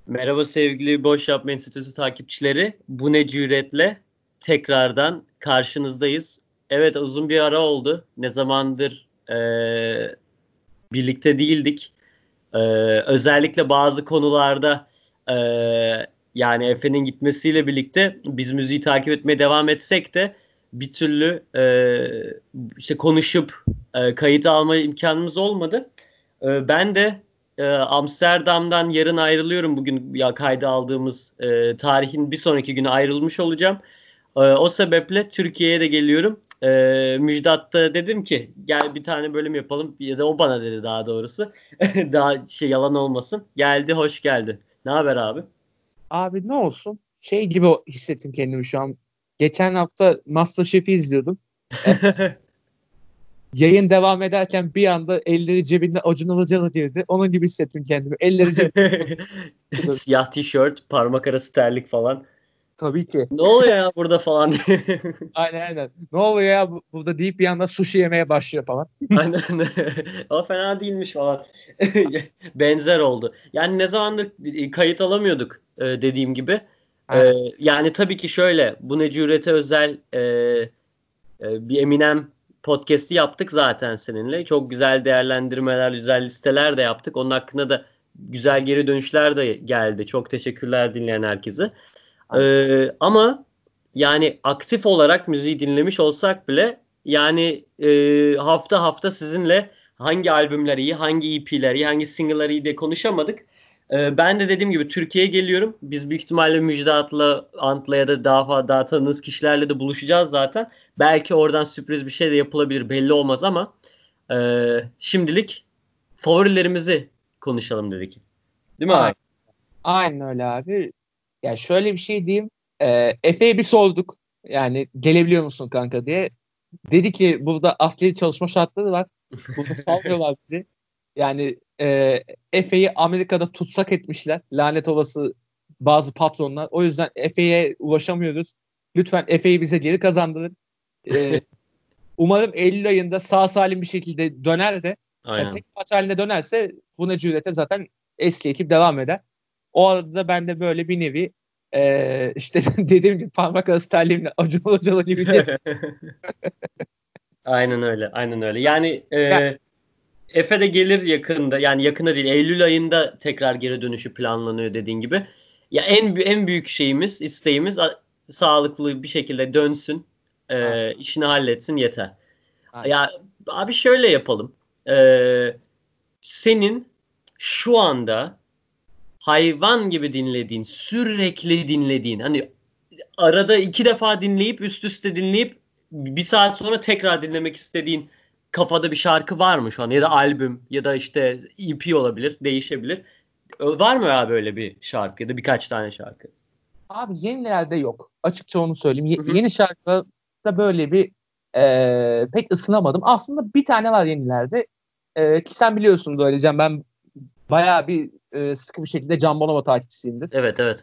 Merhaba sevgili Boş Yapma Enstitüsü takipçileri. Bu ne cüretle tekrardan karşınızdayız. Evet, uzun bir ara oldu. Ne zamandır birlikte değildik. Özellikle bazı konularda yani Efe'nin gitmesiyle birlikte biz müziği takip etmeye devam etsek de bir türlü işte konuşup kayıt alma imkanımız olmadı. Ben de Amsterdam'dan yarın ayrılıyorum. Bugün ya kayda aldığımız tarihin bir sonraki günü ayrılmış olacağım. O sebeple Türkiye'ye de geliyorum. Müjdat'ta dedim ki gel bir tane bölüm yapalım. Ya da o bana dedi daha doğrusu. Daha yalan olmasın. Geldi, hoş geldi. Ne haber abi? Abi ne olsun? Şey gibi hissettim kendimi şu an. Geçen hafta MasterChef'i izliyordum. E, Yayın devam ederken bir anda elleri cebinde Acun Ilıcalı girdi. Onun gibi hissettim kendimi. Elleri cebinde. Siyah tişört, parmak arası terlik falan. Tabii ki. Ne oluyor ya burada falan. Aynen. Ne oluyor ya burada deyip bir anda sushi yemeye başlıyor falan. Aynen. O fena değilmiş falan. Benzer oldu. Yani ne zamandır kayıt alamıyorduk dediğim gibi. Ha, Yani tabii ki şöyle bu ne cürete özel bir Eminem podcast'i yaptık zaten seninle. Çok güzel değerlendirmeler, güzel listeler de yaptık. Onun hakkında da güzel geri dönüşler de geldi. Çok teşekkürler dinleyen herkese. aynen. Ama yani aktif olarak müziği dinlemiş olsak bile yani hafta hafta sizinle hangi albümler iyi, hangi EP'ler iyi, hangi single'lar iyi diye konuşamadık. Ben de dediğim gibi Türkiye'ye geliyorum. Biz büyük ihtimalle Müjdat'la, Ant'la ya da daha tanıdığınız kişilerle de buluşacağız zaten. Belki oradan sürpriz bir şey de yapılabilir, belli olmaz ama şimdilik favorilerimizi konuşalım dedik. Değil mi Aynen, abi? aynen öyle abi. Ya şöyle bir şey diyeyim. Efe'ye bir sorduk. Yani gelebiliyor musun kanka diye. Dedi ki burada asli çalışma şartları var. Burada salmıyorlar bizi. Yani Efe'yi Amerika'da tutsak etmişler. Lanet olası bazı patronlar. O yüzden Efe'ye ulaşamıyoruz. Lütfen Efe'yi bize geri kazandırın. E, Umarım Eylül ayında sağ salim bir şekilde döner de Aynen. tek maç haline dönerse buna cürete zaten eski ekip devam eder. O arada ben de böyle bir nevi işte dediğim gibi parmak arası terliğimle Acun Ilıcalı gibi Aynen öyle. Aynen öyle. Yani ya, Efe de gelir yakında. Yani yakında değil. Eylül ayında tekrar geri dönüşü planlanıyor dediğin gibi. Ya en büyük şeyimiz, isteğimiz sağlıklı bir şekilde dönsün. aynen, İşini halletsin yeter. aynen. Ya abi şöyle yapalım. E, Senin şu anda hayvan gibi dinlediğin, sürekli dinlediğin, hani arada iki defa dinleyip üst üste dinleyip bir saat sonra tekrar dinlemek istediğin kafada bir şarkı var mı şu an? Ya da albüm ya da işte EP olabilir, değişebilir. Var mı ya böyle bir şarkı ya da birkaç tane şarkı? Abi yenilerde yok. Açıkça onu söyleyeyim. Hı hı. Yeni şarkıda böyle bir pek ısınamadım. Aslında bir tane var yenilerde. Ki sen biliyorsun böyle Can, ben bayağı bir sıkı bir şekilde Can Bonomo takipçisiyimdir. Evet, evet.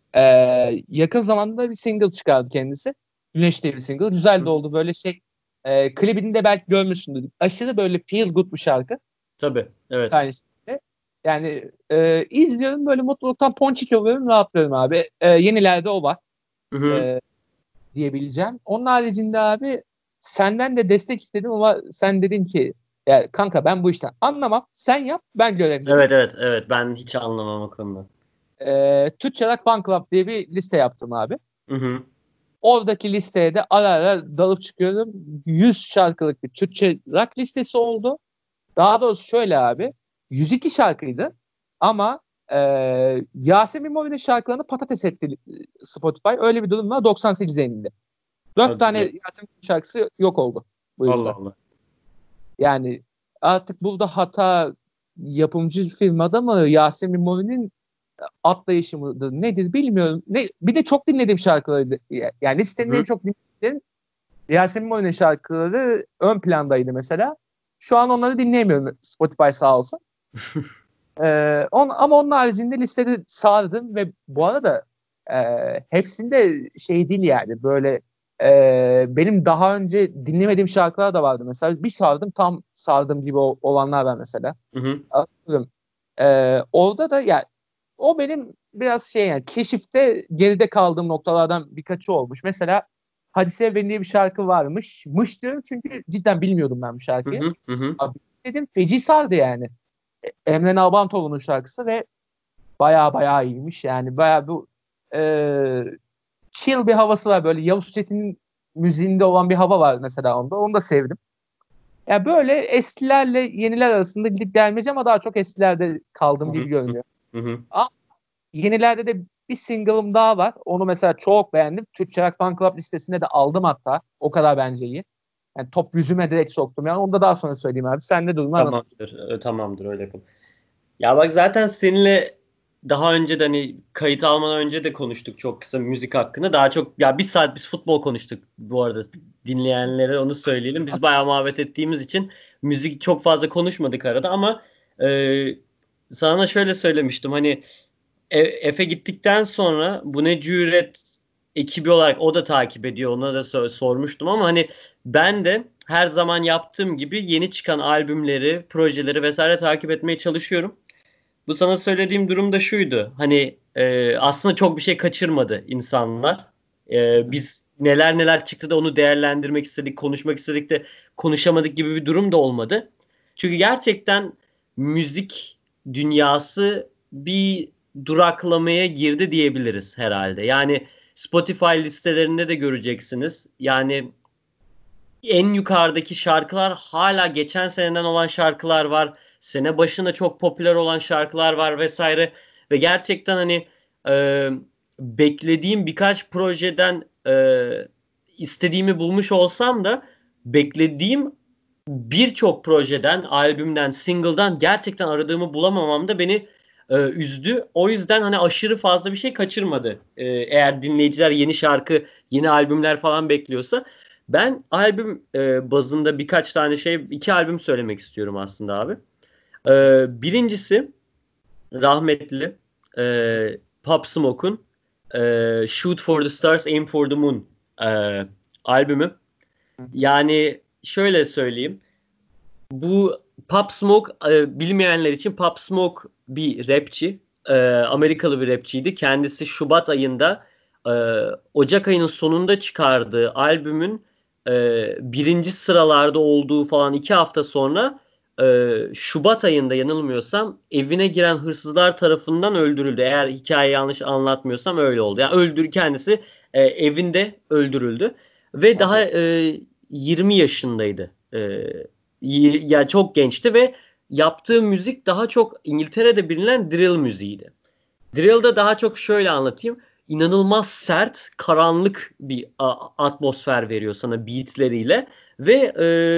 Yakın zamanda bir single çıkardı kendisi. Güneş diye bir single. Güzel Hı de hı. oldu. Böyle şey klibini de belki görmüşsündür. Aşırı böyle feel good bir şarkı. Tabii. Evet. Yani, yani izliyorum böyle mutluluktan ponçik oluyorum, rahatlıyorum abi. Yenilerde o var Hı hı. e, diyebileceğim. Onun haricinde abi senden de destek istedim ama sen dedin ki ya kanka ben bu işten anlamam. Sen yap, ben göreyim dedin. Evet, evet, evet. Ben hiç anlamam o konuda. Türkçe Rock Fan Club diye bir liste yaptım abi. Hı hı. Oradaki listeye de ara ara dalıp çıkıyorum. 100 şarkılık bir Türkçe rock listesi oldu. Daha doğrusu şöyle abi. 102 şarkıydı ama Yasemin Movi'nin şarkılarını patates etti Spotify. Öyle bir durum var 98 eninde. 4 Hadi tane ya. Yasemin şarkısı yok oldu bu Allah yılda. Allah. Yani artık burada hata yapımcı firmada mı, Yasemin Movi'nin atlayışı mıdır nedir bilmiyorum. Bir de çok dinlediğim şarkılarıydı. Yani Hı listenin en hı. çok dinlediğim Yasemin Movi'nin şarkıları ön plandaydı mesela. Şu an onları dinleyemiyorum, Spotify sağ olsun. Ama onun haricinde listede sardım ve bu arada hepsinde şey değil yani böyle benim daha önce dinlemediğim şarkılar da vardı mesela. Bir sardım, tam sardım gibi olanlar var mesela. Hı hı. Atıyorum. Orada da ya o benim biraz şey yani keşifte geride kaldığım noktalardan birkaçı olmuş. Mesela Hadise Beni diye bir şarkı varmış. Mış diyorum çünkü cidden bilmiyordum ben bu Hı şarkıyı. hı hı. Hı. Abi dedim feci sardı yani. Emre Nalbantoğlu'nun şarkısı ve baya baya iyiymiş. Yani baya bu e, chill bir havası var. Böyle Yavuz Çetin'in müziğinde olan bir hava var mesela onda. Onu da sevdim. Yani böyle eskilerle yeniler arasında gidip gelmece ama daha çok eskilerde Hı kaldım hı gibi görünüyor. hı. Hı. Ama yenilerde de bir single'ım daha var. Onu mesela çok beğendim. Türkçe Rock Fan Club listesine de aldım hatta. O kadar bence iyi. Yani top yüzüme direkt soktum. Yani onu da daha sonra söyleyeyim abi. Sen ne durumlar nasıl? Tamamdır. Tamamdır, öyle yapalım. Ya bak, zaten seninle daha önce de hani kayıt almadan önce de konuştuk çok kısa müzik hakkında. Daha çok ya bir saat biz futbol konuştuk bu arada, dinleyenlere onu söyleyelim. Biz bayağı muhabbet ettiğimiz için müzik çok fazla konuşmadık arada ama e, sana şöyle söylemiştim hani Efe gittikten sonra bu ne cüret ekibi olarak o da takip ediyor. Ona da sormuştum ama hani ben de her zaman yaptığım gibi yeni çıkan albümleri, projeleri vesaire takip etmeye çalışıyorum. Bu sana söylediğim durum da şuydu. Hani aslında çok bir şey kaçırmadı insanlar. Biz neler neler çıktı da onu değerlendirmek istedik, konuşmak istedik de konuşamadık gibi bir durum da olmadı. Çünkü gerçekten müzik dünyası bir duraklamaya girdi diyebiliriz herhalde. Yani Spotify listelerinde de göreceksiniz. Yani en yukarıdaki şarkılar hala geçen seneden olan şarkılar var. Sene başında çok popüler olan şarkılar var vesaire. Ve gerçekten hani e, beklediğim birkaç projeden istediğimi bulmuş olsam da beklediğim birçok projeden, albümden, single'dan gerçekten aradığımı bulamamam da beni üzdü. O yüzden hani aşırı fazla bir şey kaçırmadı. Eğer dinleyiciler yeni şarkı, yeni albümler falan bekliyorsa. Ben albüm bazında birkaç tane şey, iki albüm söylemek istiyorum aslında abi. Birincisi rahmetli Pop Smoke'un Shoot for the Stars, Aim for the Moon albümü. Yani şöyle söyleyeyim. Bu Pop Smoke, bilmeyenler için Pop Smoke bir rapçi. Amerikalı bir rapçiydi. Kendisi Şubat ayında e, Ocak ayının sonunda çıkardığı albümün birinci sıralarda olduğu falan 2 hafta sonra Şubat ayında yanılmıyorsam evine giren hırsızlar tarafından öldürüldü. Eğer hikayeyi yanlış anlatmıyorsam öyle oldu. Yani kendisi evinde öldürüldü ve daha 20 yaşındaydı. Yani çok gençti ve yaptığı müzik daha çok İngiltere'de bilinen drill müziğiydi. Drill'da daha çok şöyle anlatayım. İnanılmaz sert, karanlık bir atmosfer veriyor sana beatleriyle ve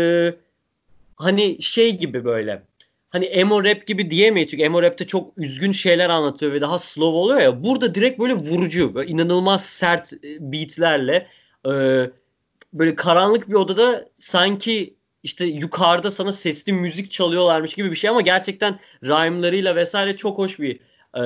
hani şey gibi böyle. Hani emo rap gibi diyemeyiz çünkü emo rapte çok üzgün şeyler anlatıyor ve daha slow oluyor ya. Burada direkt böyle vurucu, böyle inanılmaz sert beatlerle e, böyle karanlık bir odada sanki işte yukarıda sana sesli müzik çalıyorlarmış gibi bir şey ama gerçekten rhyme'larıyla vesaire çok hoş bir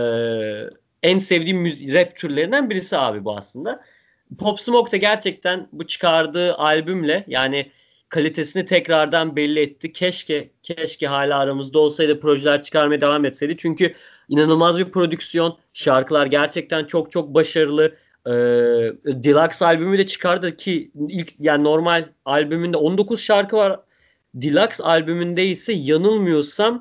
en sevdiğim rap türlerinden birisi abi bu aslında. Pop Smoke da gerçekten bu çıkardığı albümle yani kalitesini tekrardan belli etti. Keşke hala aramızda olsaydı, projeler çıkarmaya devam etseydi. Çünkü inanılmaz bir prodüksiyon. Şarkılar gerçekten çok çok başarılı. Ee, Deluxe albümü de çıkardı ki ilk yani normal albümünde 19 şarkı var. Deluxe albümünde ise yanılmıyorsam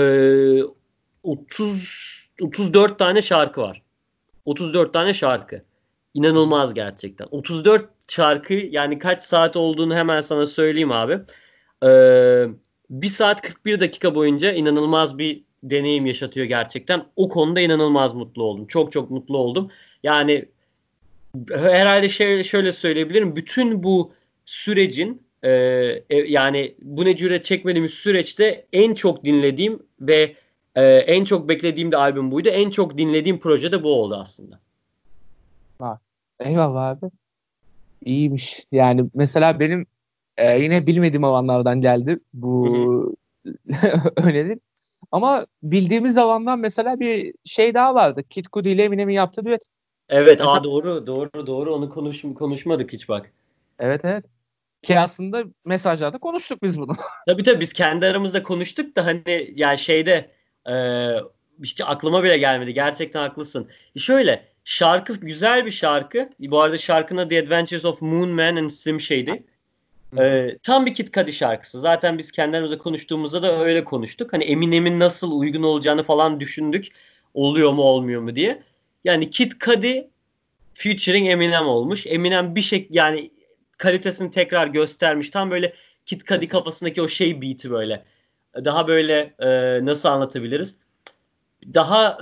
34 tane şarkı var. 34 tane şarkı. İnanılmaz gerçekten. 34 şarkı, yani kaç saat olduğunu hemen sana söyleyeyim abi. Ee, 1 saat 41 dakika boyunca inanılmaz bir deneyim yaşatıyor gerçekten. O konuda inanılmaz mutlu oldum. Çok çok mutlu oldum. Yani herhalde şöyle söyleyebilirim. Bütün bu sürecin yani bu ne cüret çekmediğimiz süreçte en çok dinlediğim ve en çok beklediğim de albüm buydu. En çok dinlediğim proje de bu oldu aslında. Ha. Eyvallah abi. İyiymiş. Yani mesela benim yine bilmediğim alanlardan geldi Hı hı. bu öneri. Ama bildiğimiz alandan mesela bir şey daha vardı. Kid Cudi ile Eminem'in yaptığı düet. Evet, Mesela doğru onu konuşmadık hiç bak. evet evet. Ki aslında mesajlarda konuştuk biz bunu. Tabii biz kendi aramızda konuştuk da hani yani şeyde e, hiç aklıma bile gelmedi. Gerçekten haklısın. Şöyle şarkı güzel bir şarkı. Bu arada şarkının The Adventures of Moon Man and Slim Shady. Tam bir Kid Cudi şarkısı. Zaten biz kendimize konuştuğumuzda da öyle konuştuk. Hani Eminem'in nasıl uygun olacağını falan düşündük. Oluyor mu olmuyor mu diye. Yani Kid Cudi featuring Eminem olmuş. Eminem bir şey yani kalitesini tekrar göstermiş. Tam böyle Kid Cudi kafasındaki o şey beat'i böyle. Daha böyle nasıl anlatabiliriz? Daha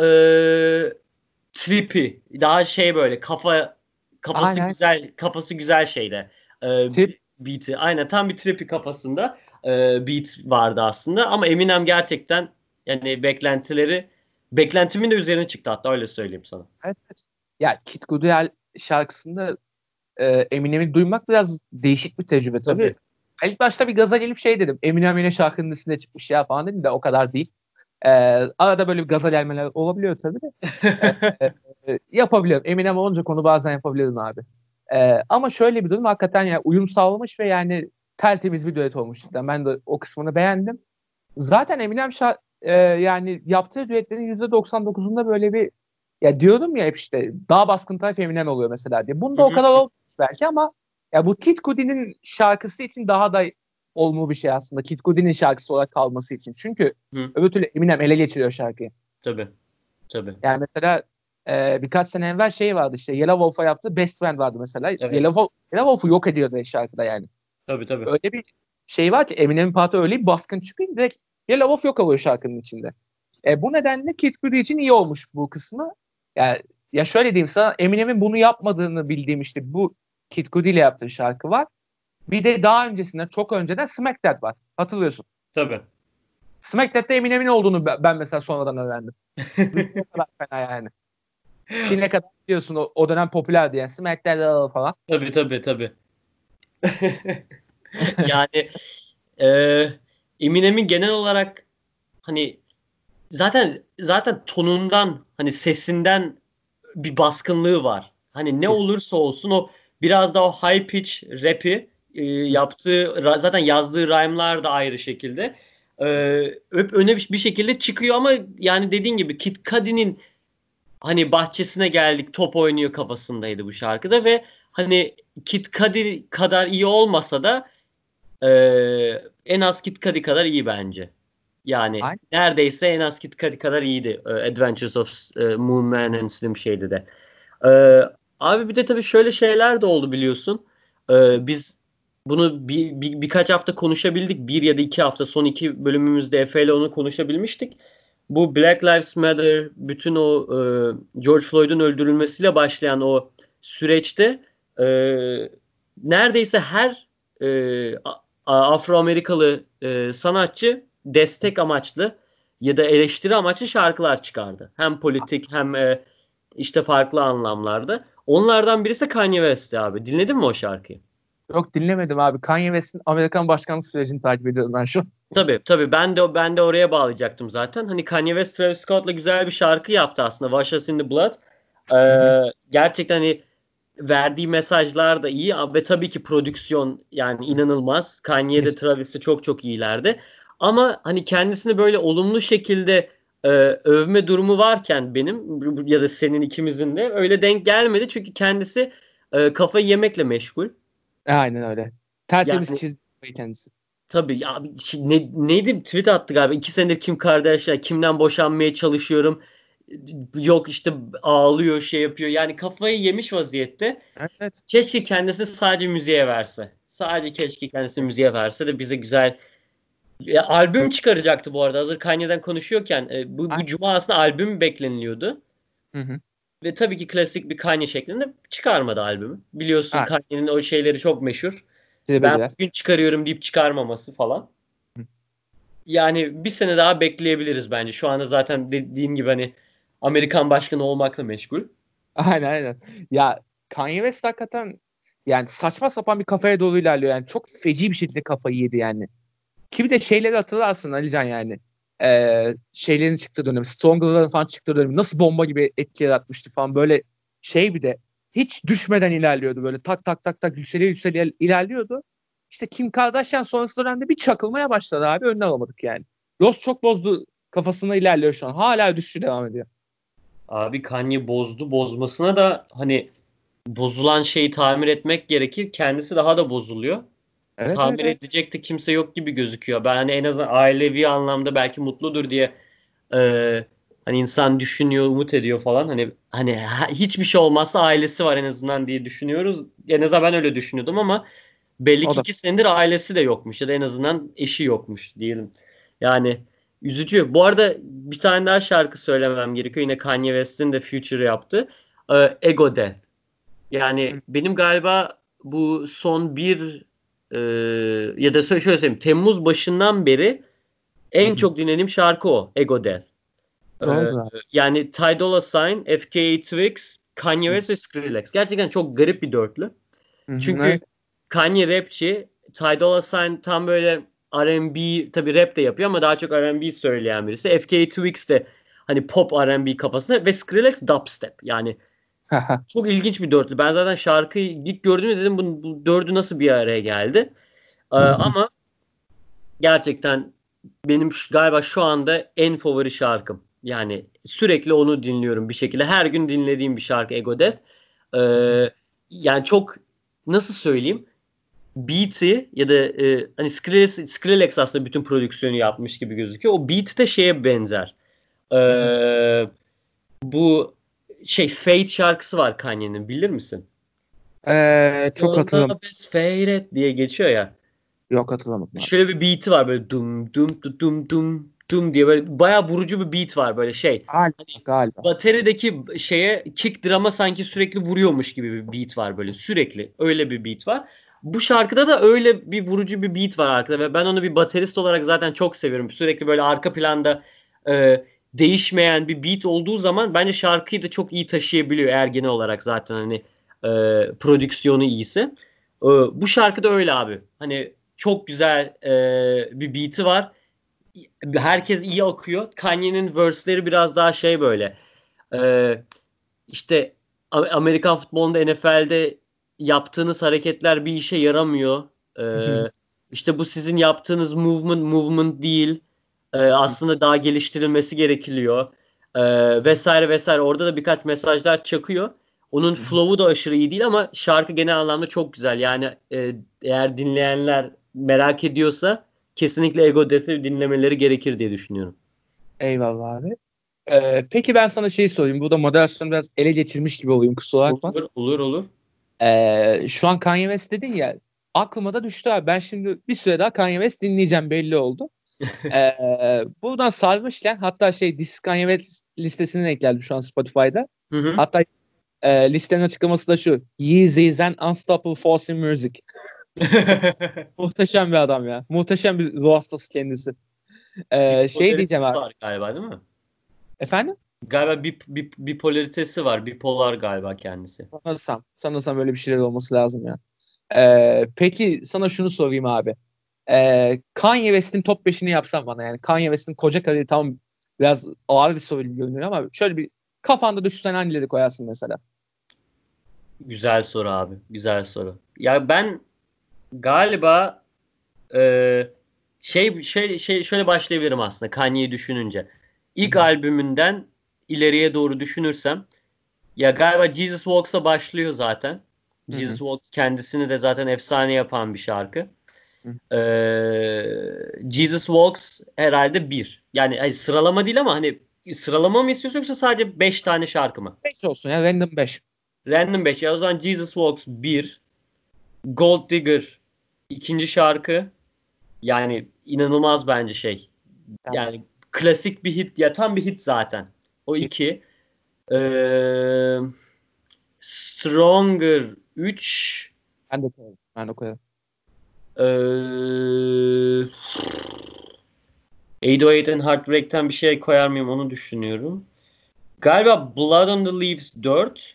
trippy, daha şey böyle kafası Aynen. güzel, kafası güzel şeyde. E, Trip, beat'i. Aynen tam bir trippy kafasında beat vardı aslında ama Eminem gerçekten yani beklentimin de üzerine çıktı hatta öyle söyleyeyim sana. evet, evet. Ya Kid Cudi şarkısında Eminem'i duymak biraz değişik bir tecrübe tabii. Tabii. Ben ilk başta bir gaza gelip şey dedim. Eminem yine şarkının üstüne çıkmış ya falan dedim de o kadar değil. Arada böyle bir gaza gelmeler olabiliyor tabii de. Yapabiliyorum. Eminem olunca konu bazen yapabilirim abi. Ama şöyle bir durum hakikaten ya uyum sağlamış ve yani tertemiz bir düet olmuş. cidden. Ben de o kısmını beğendim. Zaten Eminem yani yaptığı düetlerin %99'unda böyle bir ya diyordum ya hep işte daha baskın taraf Eminem oluyor mesela diye. Hı Bunda o hı. kadar olmuş belki ama ya bu Kid Cudi'nin şarkısı için daha da olumlu bir şey aslında. Kid Cudi'nin şarkısı olarak kalması için. Çünkü Hı. öbür türlü Eminem ele geçiriyor şarkıyı. Tabii. Tabii. Yani mesela birkaç sene evvel şey vardı işte Yellow Wolf'a yaptığı Best Friend vardı mesela. Evet. Yellow Wolf'u yok ediyordu şarkıda yani. Tabii tabii. Öyle bir şey var ki Eminem'in parti öyle bir baskın çıkıyor direkt Yellow Wolf yok oluyor şarkının içinde. Bu nedenle Kid Cudi için iyi olmuş bu kısmı. Ya, ya şöyle diyeyim sana Eminem'in bunu yapmadığını bildiğim işte bu Kid Cudi ile yaptığı şarkı var. Bir de daha öncesinden çok önceden Smack That var. Hatırlıyorsun. Tabii. Smack That'te Eminem'in olduğunu ben mesela sonradan öğrendim. Duyduğum o kadar fena yani. Ki ne kadar biliyorsun o dönem popülerdi yani Smack That falan. Tabii tabii tabii. Yani e, Eminem'in genel olarak hani zaten tonundan hani sesinden bir baskınlığı var. Hani ne Kesin. olursa olsun o biraz da o high pitch rap'i zaten yazdığı rhyme'lar da ayrı şekilde hep öne bir şekilde çıkıyor ama yani dediğin gibi Kid Cudi'nin hani bahçesine geldik top oynuyor kafasındaydı bu şarkıda ve hani Kid Cudi kadar iyi olmasa da en az Kid Cudi kadar iyi bence. Yani Aynen. neredeyse en az Kid Cudi kadar iyiydi. Adventures of Moon Man and Slim Shady'de. E, abi bir de tabii şöyle şeyler de oldu biliyorsun. Biz bunu birkaç hafta konuşabildik. Bir ya da iki hafta son iki bölümümüzde Efe ile onu konuşabilmiştik. Bu Black Lives Matter bütün o George Floyd'un öldürülmesiyle başlayan o süreçte e, neredeyse her Afro-Amerikalı sanatçı destek amaçlı ya da eleştiri amaçlı şarkılar çıkardı. Hem politik hem işte farklı anlamlarda. Onlardan birisi Kanye West'ti abi. Dinledin mi o şarkıyı? Yok dinlemedim abi. Kanye West'in Amerikan başkanlık sürecini takip ediyorum ben şu an. Tabii tabii ben de oraya bağlayacaktım zaten. Hani Kanye West Travis Scott'la güzel bir şarkı yaptı aslında. Wash Us in the Blood. Hı hı. Gerçekten hani verdiği mesajlar da iyi ve tabii ki prodüksiyon yani inanılmaz. Kanye de Kesin. Travis de çok çok iyilerdi. Ama hani kendisini böyle olumlu şekilde övme durumu varken benim ya da senin ikimizin de öyle denk gelmedi. Çünkü kendisi kafayı yemekle meşgul. Aynen öyle. Tertemiz Yani çizgi kendisi. tabii ya neydi tweet attı galiba 2 senedir Kim Kardashian kimden boşanmaya çalışıyorum yok işte ağlıyor şey yapıyor yani kafayı yemiş vaziyette. Evet, evet. Keşke kendisi sadece müziğe verse. Sadece keşke kendisi müziğe verse de bize güzel albüm çıkaracaktı bu arada. Hazır Kanye'den konuşuyorken bu Aynen. cuma aslında albüm bekleniliyordu. Hı hı. Ve tabii ki klasik bir Kanye şeklinde çıkarmadı albümü. Biliyorsun Aynen. Kanye'nin o şeyleri çok meşhur. Ben Tribediler. bugün çıkarıyorum deyip çıkarmaması falan. Hı. Yani bir sene daha bekleyebiliriz bence. Şu anda zaten dediğin gibi hani Amerikan başkanı olmakla meşgul. Aynen aynen. Ya Kanye West hakikaten yani saçma sapan bir kafaya doğru ilerliyor. Yani çok feci bir şekilde kafayı yedi yani. Ki bir de şeyleri hatırlarsın Alican yani. Şeylerin çıktığı dönem, Stronger falan çıktığı dönem nasıl bomba gibi etki yaratmıştı falan böyle şey bir de hiç düşmeden ilerliyordu böyle tak tak tak tak yükseliyor yükseliyor ilerliyordu. İşte Kim Kardashian sonrası dönemde bir çakılmaya başladı abi önüne alamadık yani. Lost çok bozdu kafasında ilerliyor şu an. Hala düşüşü devam ediyor. Abi Kanye bozdu. Bozmasına da hani bozulan şeyi tamir etmek gerekir. Kendisi daha da bozuluyor. Evet, evet, Tamir evet. edecek de kimse yok gibi gözüküyor. Ben hani en azından ailevi anlamda belki mutludur diye hani insan düşünüyor, umut ediyor falan. Hani hiçbir şey olmazsa ailesi var en azından diye düşünüyoruz. En azından ben öyle düşünüyordum ama belli O ki da. 2 senedir ailesi de yokmuş ya da en azından eşi yokmuş diyelim. Yani üzücü. Bu arada bir tane daha şarkı söylemem gerekiyor. Yine Kanye West'in de Future yaptı. Ego Death. Yani Hı benim galiba bu son e, ya da şöyle söyleyeyim Temmuz başından beri en hı. çok dinlediğim şarkı o. Ego Death. Ee, Doğrudur abi. Yani Ty Dolla $ign, FKA Twigs, Kanye Hı West ve Skrillex. Gerçekten çok garip bir dörtlü. hı. Çünkü Evet. Kanye rapçi, Ty Dolla $ign tam böyle R&B tabii rap de yapıyor ama daha çok R&B söyleyen birisi. FKA Twigs de hani pop R&B kafasında ve Skrillex dubstep. Yani çok ilginç bir dörtlü. Ben zaten şarkıyı ilk gördüğümde dedim bu dördü nasıl bir araya geldi. Ama gerçekten benim galiba şu anda en favori şarkım. Yani sürekli onu dinliyorum bir şekilde. Her gün dinlediğim bir şarkı Ego Death. Yani çok nasıl söyleyeyim? Beat'i ya da hani Skrillex aslında bütün prodüksiyonu yapmış gibi gözüküyor. O beat de şeye benzer. Ee, Bu Fate şarkısı var Kanye'nin bilir misin? Çok hatırlamadım. Love is faded diye geçiyor ya. Yok, hatırlamadım abi. Şöyle bir beat'i var böyle dum dum dum dum dum dum diye böyle bayağı vurucu bir beat var böyle şey. Galiba, Hani galiba. baterideki şeye kick drama sanki sürekli vuruyormuş gibi bir beat var böyle sürekli. Öyle bir beat var. Bu şarkıda da öyle bir vurucu bir beat var arkada ve ben onu bir baterist olarak zaten çok seviyorum. Sürekli böyle arka planda değişmeyen bir beat olduğu zaman bence şarkıyı da çok iyi taşıyabiliyor eğer genel olarak zaten hani prodüksiyonu iyiyse. Bu şarkı da öyle abi. Hani çok güzel bir beat'i var. Herkes iyi akıyor. Kanye'nin verse'leri biraz daha şey böyle. E, işte Amerikan futbolunda NFL'de yaptığınız hareketler bir işe yaramıyor. İşte bu sizin yaptığınız movement değil. Aslında daha geliştirilmesi gerekiyor. Vesaire vesaire. Orada da birkaç mesajlar çakıyor. Onun flow'u da aşırı iyi değil ama şarkı genel anlamda çok güzel. Yani eğer dinleyenler merak ediyorsa kesinlikle Ego Death'i dinlemeleri gerekir diye düşünüyorum. Eyvallah abi. Peki ben sana şey sorayım. Burada moderasyonu biraz ele geçirmiş gibi olayım, kusura bakma. Olur, olur, olur. Şu an Kanye West dedin ya. Aklıma da düştü abi. Ben şimdi bir süre daha Kanye West dinleyeceğim, belli oldu. Buradan sarmışken hatta This Kanye West listesine ekledim şu an Spotify'da. Hı hı. Hatta listenin açıklaması da şu: Yeezy's an Unstoppable Force in Music. Muhteşem bir adam ya. Muhteşem bir ruh hastası kendisi. Şey diyeceğim Bipolaritesi abi. var galiba değil mi? Efendim? Galiba bipolaritesi var. Bipolar galiba kendisi. Sanırsam öyle bir şeyler olması lazım ya. Peki sana şunu sorayım abi. Kanye West'in top 5'ini yapsam bana, yani Kanye West'in koca kariyeri, tam biraz ağır bir soru gibi görünüyor ama şöyle bir kafanda düşünsen hangileri koyarsın mesela? Güzel soru abi. Güzel soru. Ya ben galiba e, şöyle başlayabilirim aslında Kanye'yi düşününce. İlk albümünden ileriye doğru düşünürsem ya galiba Jesus Walks'a başlıyor zaten. Hı Jesus hı. Walks kendisini de zaten efsane yapan bir şarkı. Hı. Jesus Walks herhalde bir. Yani hani sıralama değil ama hani sıralama mı istiyorsun yoksa sadece 5 tane şarkı mı? 5 olsun ya, random 5. Random 5. Ya o zaman Jesus Walks bir. Gold Digger ikinci şarkı. Yani inanılmaz bence şey. Tamam. Yani klasik bir hit. Ya tam bir hit zaten. O 2. Ee, Stronger 3. Ben de koyarım. Ben de koyarım. 808 and Heartbreak'ten bir şey koyar mıyım onu düşünüyorum. Galiba Blood on the Leaves 4.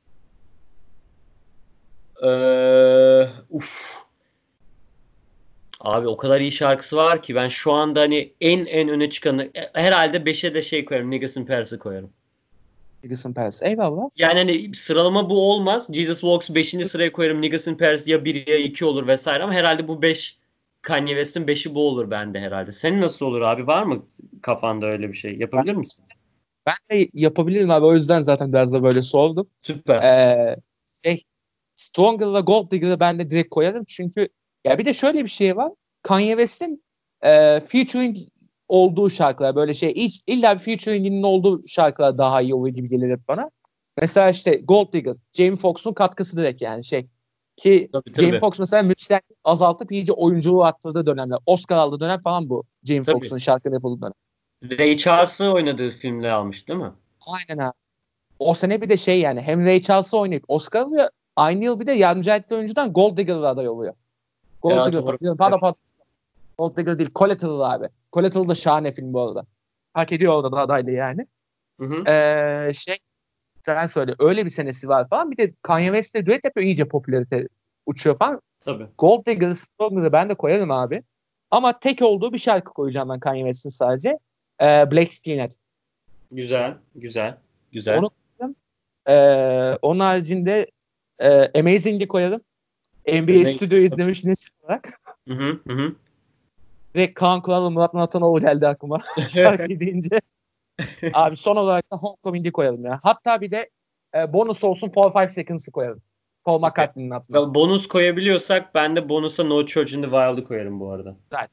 Uf. Abi o kadar iyi şarkısı var ki ben şu anda hani en öne çıkanı herhalde 5'e de şey koyarım. Niggas in Paris'i koyarım. Biggest Paris. Eyvallah. Yani hani sıralama bu olmaz. Jesus Walks 5. sıraya koyarım. Niggas in Paris ya 1 ya 2 olur vesaire ama herhalde bu 5 Kanye West'in 5'i bu olur bende herhalde. Senin nasıl olur abi? Var mı kafanda öyle bir şey? Ben, Yapabilir misin? ben de yapabilirim abi. O yüzden zaten biraz da böyle sordum. Süper. Ee, şey Stronger ve Gold Digger'ı ben de direkt koyarım. Çünkü ya bir de şöyle bir şey var. Kanye West'in featuring olduğu şarkılar böyle illa bir featuring'inin olduğu şarkılar daha iyi oluyor gibi gelir hep bana. Mesela işte Gold Digger, Jamie Foxx'un katkısı direkt yani ki Tabii Jamie tabii. Foxx mesela müzisyenliği azaltıp iyice oyunculuğu arttırdığı dönemler. Oscar aldığı dönem falan bu. Jamie Tabii. Foxx'un şarkıları yapıldığı dönem. Ray Charles'ı oynadığı filmle almış değil mi? Aynen abi. O sene bir de yani hem Ray Charles'ı oynayıp Oscar alıyor. Aynı yıl bir de yardımcı ettiği oyuncudan Gold Digger'da aday oluyor. Gold Ya Digger, doğru. pardon, Gold Digger değil, Collateral abi. Collateral da şahane film bu arada. Hak ediyor orada da adaylığı yani. Hı hı. Ee, şey Sen söyle, öyle bir senesi var falan. Bir de Kanye West'le düet yapıyor, iyice popülarite uçuyor falan. Tabii. Gold Digger, Stronger ben de koyarım abi. Ama tek olduğu bir şarkı koyacağım ben Kanye West'in sadece. Black Skinhead. Güzel. Güzel. Güzel. Onu koyarım. Onun haricinde Amazing'i koyarım. NBA Neyse. Studio izlemiş nesil olarak. Hı hı. Hı hı. Direkt Kaan Kural'la Murat Natanoğlu geldi aklıma. Şarkıyı deyince. Abi son olarak da Homecoming'i koyalım ya. Hatta bir de bonus olsun 4-5 Seconds'ı koyalım. Paul Okay. McCartney'nin adına. Ya bonus koyabiliyorsak ben de bonusa No Church in the Wild'ı koyarım bu arada. Güzel.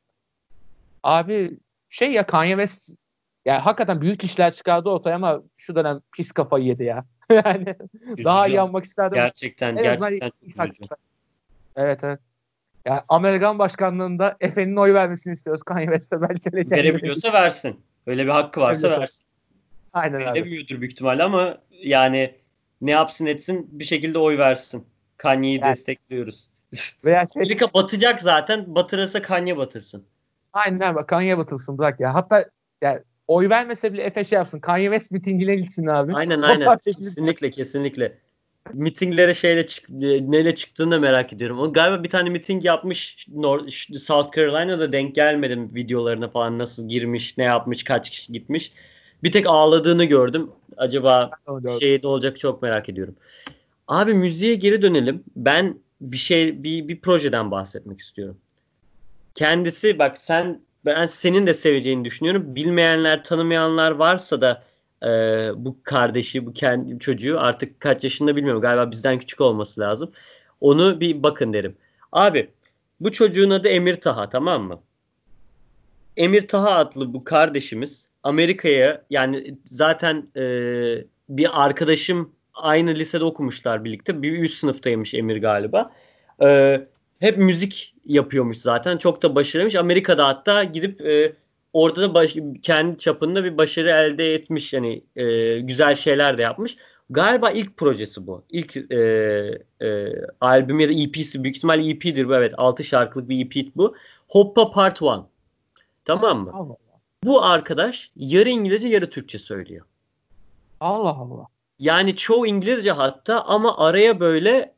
Abi ya Kanye West ya hakikaten büyük işler çıkardı ortaya ama şu dönem pis kafayı yedi ya. Yani daha Üzücü iyi ama. almak isterdim. Gerçekten En azından gerçekten çok üzücü. evet, evet. Ya Amerikan başkanlığında Efe'nin oy vermesini istiyoruz Kanye West'e belki kendine. Verebiliyorsa versin. Öyle bir hakkı varsa versin. Aynen abi. Veremiyordur büyük ihtimalle ama yani ne yapsın etsin bir şekilde oy versin. Kanye'yi Yani destekliyoruz. veya Amerika batacak zaten. Batırırsa Kanye batırsın. aynen bak Kanye batılsın bırak ya. Hatta ya oy vermese bile Efe yapsın. Kanye West mitingine gitsin abi. Aynen aynen. Fotoğraf çekilip Kesinlikle kesinlikle. Mitinglere neyle çıktığını da merak ediyorum. O galiba bir tane miting yapmış South Carolina'da, denk gelmedim videolarına falan, nasıl girmiş, ne yapmış, kaç kişi gitmiş. Bir tek ağladığını gördüm. Acaba şey de olacak, çok merak ediyorum. Abi müziğe geri dönelim. Ben bir projeden bahsetmek istiyorum. Kendisi bak, ben senin de seveceğini düşünüyorum. Bilmeyenler, tanımayanlar varsa da bu kardeşi, bu kendi çocuğu, artık kaç yaşında bilmiyorum. Galiba bizden küçük olması lazım. Onu bir bakın derim. Abi bu çocuğun adı Emir Taha, tamam mı? Emir Taha adlı bu kardeşimiz Amerika'ya, yani zaten bir arkadaşım, aynı lisede okumuşlar birlikte. Bir üst sınıftaymış Emir galiba. E, Hep müzik yapıyormuş zaten. Çok da başarılıymış. Amerika'da hatta gidip orada da kendi çapında bir başarı elde etmiş. Yani güzel şeyler de yapmış. Galiba ilk projesi bu. İlk albüm ya da EP'si. Büyük ihtimalle EP'dir bu. Evet, 6 şarkılık bir EP bu. Hoppa Part 1. Tamam mı? Allah Bu arkadaş yarı İngilizce yarı Türkçe söylüyor. Allah. Allah. Yani çoğu İngilizce hatta, ama araya böyle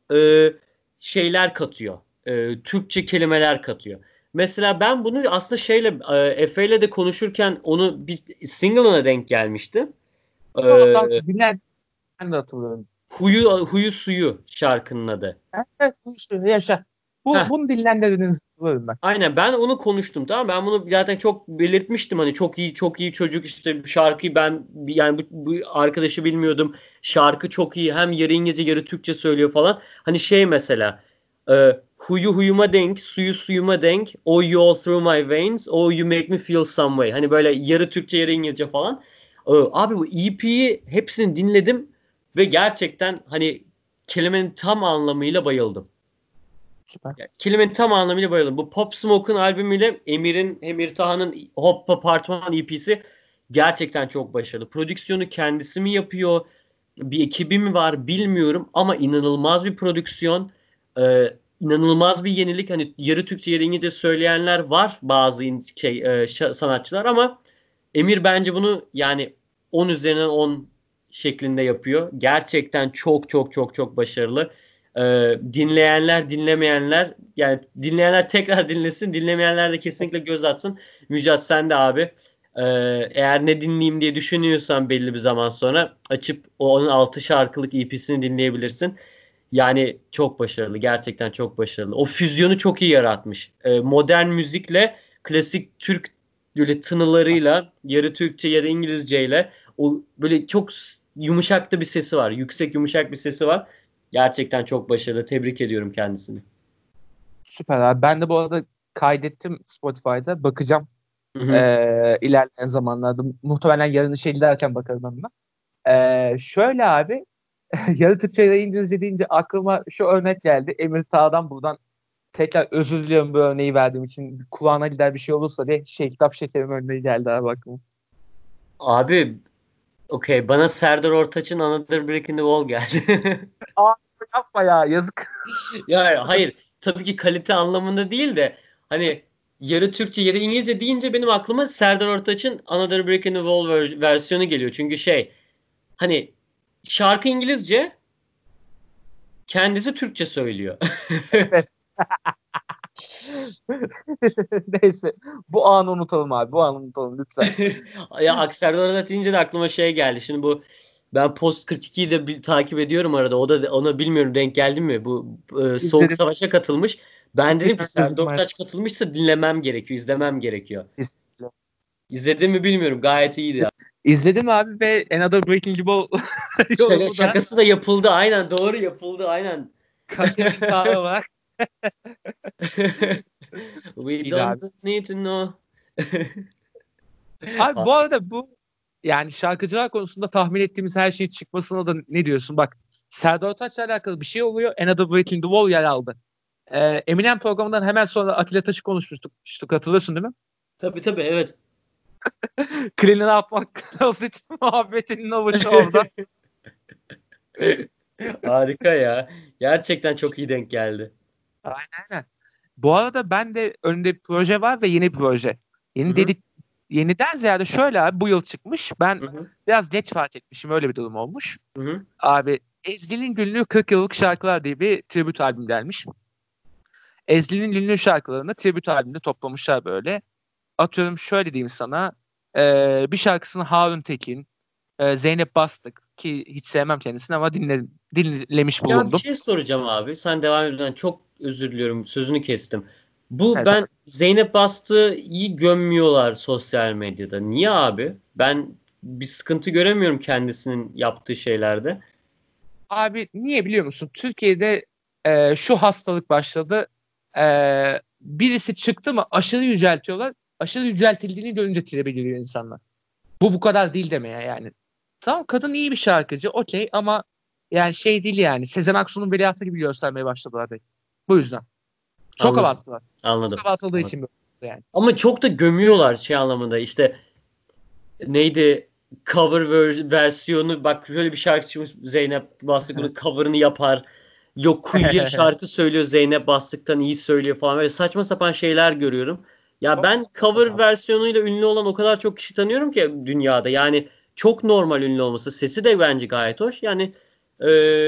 şeyler katıyor. Türkçe kelimeler katıyor. Mesela ben bunu aslında Efe ile de konuşurken onu bir single'ına denk gelmişti. E, Tamam, tamam. Dinler. Ben de hatırlıyorum. Huyu Suyu şarkının adı. Evet, yaşa. Heh. Bunu dinlendirdiniz hatırlıyorum ben. Aynen, ben onu konuştum, tamam, ben bunu zaten çok belirtmiştim, hani çok iyi çok iyi çocuk, işte bu şarkıyı ben, yani bu arkadaşı bilmiyordum, şarkı çok iyi, hem yarı İngilizce yarı Türkçe söylüyor falan, hani mesela huyu huyuma denk, suyu suyuma denk, oh you all through my veins, oh you make me feel some way, hani böyle yarı Türkçe yarı İngilizce falan. Abi bu EP'yi hepsini dinledim ve gerçekten hani kelimenin tam anlamıyla bayıldım. Süper. Ya, kelimenin tam anlamıyla bayıldım. Bu Pop Smoke'un albümüyle Emir Taha'nın Hoppa Part 1 EP'si gerçekten çok başarılı. Prodüksiyonu kendisi mi yapıyor? Bir ekibi mi var bilmiyorum, ama inanılmaz bir prodüksiyon. İnanılmaz bir yenilik. Hani yarı Türkçe yarı İngilizce söyleyenler var, bazı sanatçılar, ama Emir bence bunu yani 10 üzerinden 10 şeklinde yapıyor. Gerçekten çok çok çok çok başarılı. Dinleyenler, dinlemeyenler, yani dinleyenler tekrar dinlesin, dinlemeyenler de kesinlikle göz atsın. Müjdat, sen de abi ee, eğer ne dinleyeyim diye düşünüyorsan belli bir zaman sonra açıp onun 6 şarkılık EP'sini dinleyebilirsin. Yani çok başarılı. Gerçekten çok başarılı. O füzyonu çok iyi yaratmış. Modern müzikle klasik Türk böyle tınılarıyla yarı Türkçe yarı İngilizceyle o böyle çok yumuşak da bir sesi var. Yüksek yumuşak bir sesi var. Gerçekten çok başarılı. Tebrik ediyorum kendisini. Süper abi. Ben de bu arada kaydettim Spotify'da. Bakacağım Hı hı. ilerleyen zamanlarda. Muhtemelen yarın işe giderken bakarım ama. Şöyle abi yarı Türkçe yarı İngilizce deyince aklıma şu örnek geldi. Emir Tağ'dan buradan tekrar özür diliyorum bu örneği verdiğim için. Kulağına gider bir şey olursa diye kitap şekerim örneği geldi abi aklıma. Abi okey, bana Serdar Ortaç'ın Another Brick in the Wall geldi. Aa, yapma ya yazık. Ya hayır, tabii ki kalite anlamında değil de hani yarı Türkçe yarı İngilizce deyince benim aklıma Serdar Ortaç'ın Another Brick in the Wall versiyonu geliyor. Çünkü hani şarkı İngilizce, kendisi Türkçe söylüyor. Evet. Neyse. Bu anı unutalım abi. Bu anı unutalım lütfen. Ya Serdar Ortaç deyince de aklıma geldi. Şimdi ben Post 42'yi de takip ediyorum arada. O da ona bilmiyorum denk geldi mi? Bu Soğuk İzledim. Savaş'a katılmış. Ben dedim ki Serdar İzledim ben. Ortaç katılmışsa dinlemem gerekiyor, izlemem gerekiyor. Kesinlikle. İzledim mi bilmiyorum. Gayet iyiydi. İzledim abi ve Another Breaking Ball yorumu da Şakası da yapıldı. Aynen, doğru, yapıldı. Aynen. kariyer iddiağı var. We İyiydi abi. don't need to know. Abi bu arada bu yani şarkıcılar konusunda tahmin ettiğimiz her şeyin çıkmasına da ne diyorsun? Bak Serdar Ortaç'la alakalı bir şey oluyor. Another Breaking the Wall yer aldı. Eminem programından hemen sonra Atilla Taş'ı konuşmuştuk. Hatırlıyorsun değil mi? Tabii evet. Clean'ı atmak Closet muhabbetinin o başı orada. Harika ya. Gerçekten çok iyi denk geldi. Aynen. Bu arada ben de önümde bir proje var ve yeni bir proje. Hı Yeni hı. dedik yeniden ziyade şöyle abi bu yıl çıkmış. Ben Hı hı. biraz geç fark etmişim öyle bir durum olmuş. Hı hı. Abi Ezgi'nin Günlüğü 40 Yıllık Şarkılar diye bir tribüt albüm gelmiş. Ezgi'nin ünlü şarkılarını tribüt albümde toplamışlar böyle. Atıyorum şöyle diyeyim sana. Bir şarkısını Harun Tekin, Zeynep Bastık ki hiç sevmem kendisini ama dinlemiş Ya bir bulundum. şey soracağım abi. Sen devam ediyorsun. Çok özür diliyorum. Sözünü kestim. Bu, Evet ben abi. Zeynep Bastık'ı iyi gömmüyorlar sosyal medyada. Niye abi? Ben bir sıkıntı göremiyorum kendisinin yaptığı şeylerde. Abi niye biliyor musun? Türkiye'de şu hastalık başladı. Birisi çıktı mı aşırı yüceltiyorlar. Aşırı yüceltildiğini görünce tribe giriyor insanlar. Bu kadar değil demeye yani. Tamam kadın iyi bir şarkıcı okey ama yani şey değil yani. Sezen Aksu'nun veliahtı gibi göstermeye başladılar direkt. Bu yüzden. Çok Anladım. abarttılar. Çok Anladım. abartıldığı Anladım. için böyle yani. Ama çok da gömüyorlar anlamında. İşte neydi, cover versiyonu, bak şöyle bir şarkı çıkmış, Zeynep Bastık bunun cover'ını yapar. Yok, kuyuya şarkı söylüyor, Zeynep Bastık'tan iyi söylüyor falan, böyle saçma sapan şeyler görüyorum. Ya ben cover versiyonuyla ünlü olan o kadar çok kişi tanıyorum ki dünyada. Yani çok normal ünlü olması. Sesi de bence gayet hoş. Yani e,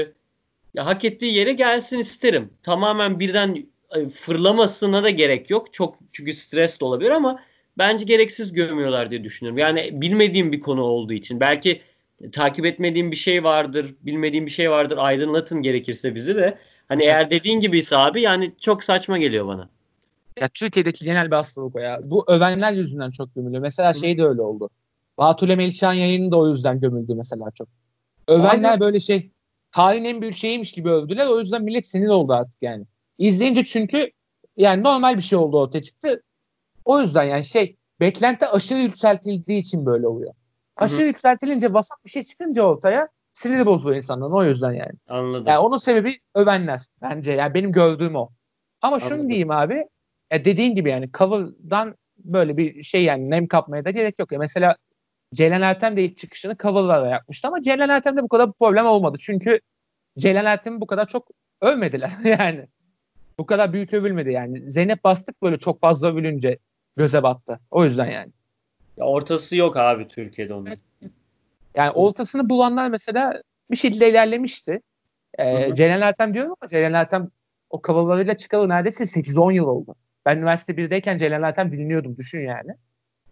ya hak ettiği yere gelsin isterim. Tamamen birden fırlamasına da gerek yok. Çok, çünkü stres de olabilir ama bence gereksiz gömüyorlar diye düşünüyorum. Yani bilmediğim bir konu olduğu için. Belki takip etmediğim bir şey vardır, bilmediğim bir şey vardır. Aydınlatın gerekirse bizi de. Hani eğer dediğin gibiyse abi, yani çok saçma geliyor bana. Ya Türkiye'deki genel bir hastalık o ya. Bu övenler yüzünden çok gömülüyor. Mesela Hı hı. şey de öyle oldu. Batule Melihcan yayını da o yüzden gömüldü mesela çok. Aynen. Övenler böyle tarihin en büyük şeyiymiş gibi övdüler. O yüzden millet sinir oldu artık yani. İzleyince çünkü yani normal bir şey oldu ortaya çıktı. O yüzden yani beklenti aşırı yükseltildiği için böyle oluyor. Hı hı. Aşırı yükseltilince vasat bir şey çıkınca ortaya siniri bozuluyor insanların o yüzden yani. Yani Anladım. onun sebebi övenler bence. Yani benim gördüğüm o. Ama şunu Anladım. diyeyim abi. Dediğin gibi yani cover'dan böyle bir şey yani nem kapmaya da gerek yok. Ya mesela Ceylan Ertem de ilk çıkışını cover'larla yapmıştı ama Ceylan Ertem'de bu kadar bir problem olmadı. Çünkü Ceylan Ertem'i bu kadar çok övmediler yani. Bu kadar büyük övülmedi yani. Zeynep Bastık böyle çok fazla övülünce göze battı. O yüzden yani. Ya ortası yok abi Türkiye'de onun. Yani ortasını bulanlar mesela bir şekilde ilerlemişti. Hı hı. Ceylan Ertem diyorum ama Ceylan Ertem o coverlarıyla çıkalı neredeyse 8-10 yıl oldu. Ben üniversite 1'deyken Ceylan Ertem dinliyordum düşün yani.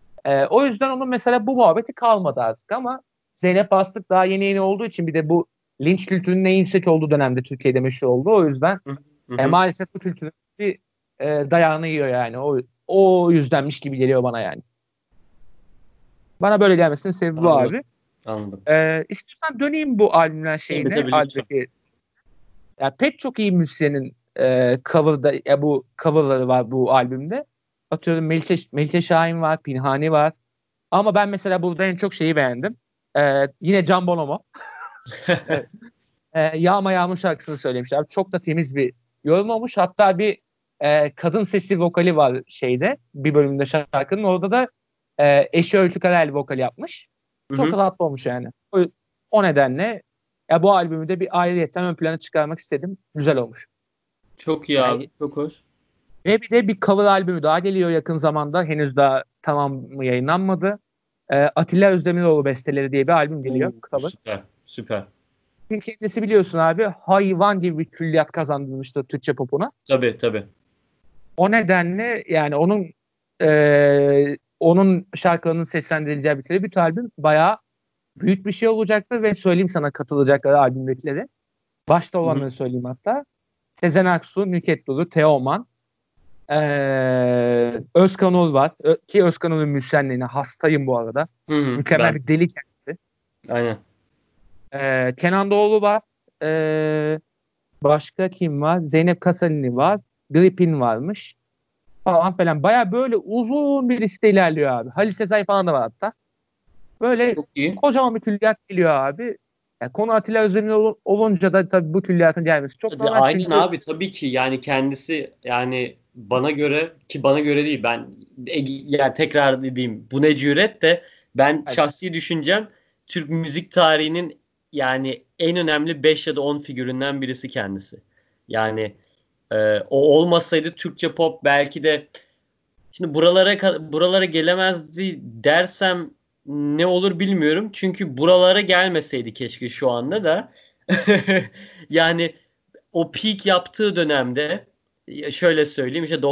O yüzden onun mesela bu muhabbeti kalmadı artık ama Zeynep Bastık daha yeni olduğu için bir de bu linç kültürünün en yüksek olduğu dönemde Türkiye'de meşhur oldu. O yüzden maalesef bu kültürün bir dayağını yiyor yani. O yüzdenmiş gibi geliyor bana yani. Bana böyle gelmesinin sebebi bu Anladım. abi. Anladım. İstiyorsan döneyim bu albümden şeyine. Tabii lütfen. Ya pek çok iyi müzisyenin cover'da bu cover'ları var bu albümde. Atıyorum Melike Şahin var, Pinhani var. Ama ben mesela burada en çok şeyi beğendim. Yine Can Bonomo. Evet. Yağma Yağmur şarkısını söylemişler. Çok da temiz bir yorum olmuş. Hatta bir kadın sesli vokali var şeyde. Bir bölümde şarkının. Orada da eşi Öykü Karayel vokali yapmış. Çok tatlı olmuş yani. O nedenle bu albümü de bir ayrıyetten ön plana çıkarmak istedim. Güzel olmuş. Çok iyi abi. Çok hoş. Ve bir de bir cover albümü daha geliyor yakın zamanda. Henüz daha tamamı yayınlanmadı. Atilla Özdemiroğlu besteleri diye bir albüm geliyor. Cover. Süper. Kendisi biliyorsun abi hayvan gibi bir külliyat kazandırmıştı Türkçe popuna. Tabii. O nedenle yani onun şarkılarının seslendirileceği bir tribute albüm bayağı büyük bir şey olacaktır ve söyleyeyim sana katılacakları albümdekileri. Başta olanları söyleyeyim hatta. Sezen Aksu, Nükhet Duru, Teoman, Özkan Uğur var. Ki Özkan Uğur'un müzisyenliğine hastayım bu arada. Mükemmel bir deli kendisi. Aynen. Kenan Doğulu var. Başka kim var? Zeynep Kasalini var. Gripin varmış. Falan falan. Baya böyle uzun bir liste ilerliyor abi. Halil Sezai falan da var hatta. Böyle kocaman bir külliyat geliyor abi. Yani konu Atilla Özdemir olunca da tabii bu külliyatın gelmesi çok normal. Aynen çünkü... abi tabii ki yani kendisi yani bana göre değil ben yani tekrar dediğim bu ne cüret de ben şahsi düşüncem Türk müzik tarihinin yani en önemli 5 ya da 10 figüründen birisi kendisi. Yani o olmasaydı Türkçe pop belki de şimdi buralara gelemezdi dersem ne olur bilmiyorum. Çünkü buralara gelmeseydi keşke şu anda da. Yani o peak yaptığı dönemde şöyle söyleyeyim işte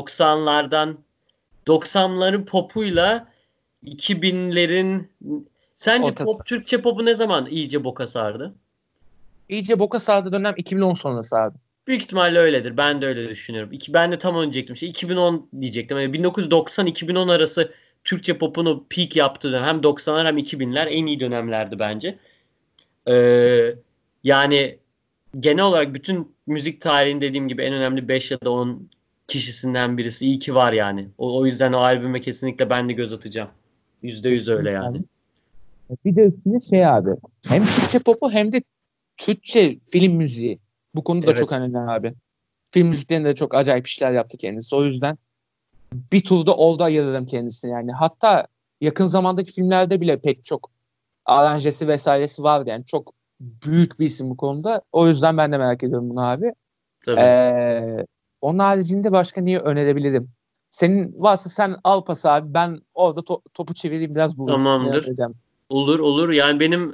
90'ların popuyla 2000'lerin sence Türkçe popu ne zaman iyice boka sardı? İyice boka sardı dönem 2010 sonrası abi. Büyük ihtimalle öyledir. Ben de öyle düşünüyorum. Ben de tam onu diyecektim. 2010 diyecektim. Yani 1990-2010 arası Türkçe popunu peak yaptığı dönem. Hem 90'lar hem 2000'ler en iyi dönemlerdi bence. Yani genel olarak bütün müzik tarihinin dediğim gibi en önemli 5 ya da 10 kişisinden birisi. İyi ki var yani. O yüzden o albüme kesinlikle ben de göz atacağım. %100 öyle yani. Bir de üstüne abi. Hem Türkçe popu hem de Türkçe film müziği. Bu konuda da çok önemli abi. Film müziklerinde de çok acayip işler yaptı kendisi. O yüzden bir turda oldu ayırırım kendisini yani. Hatta yakın zamandaki filmlerde bile pek çok aranjesi vesairesi vardı yani. Çok büyük bir isim bu konuda. O yüzden ben de merak ediyorum bunu abi. Onun haricinde başka niye önerebilirim? Senin varsa sen al pas abi. Ben orada topu çevireyim biraz bu. Tamamdır. Olur. Yani benim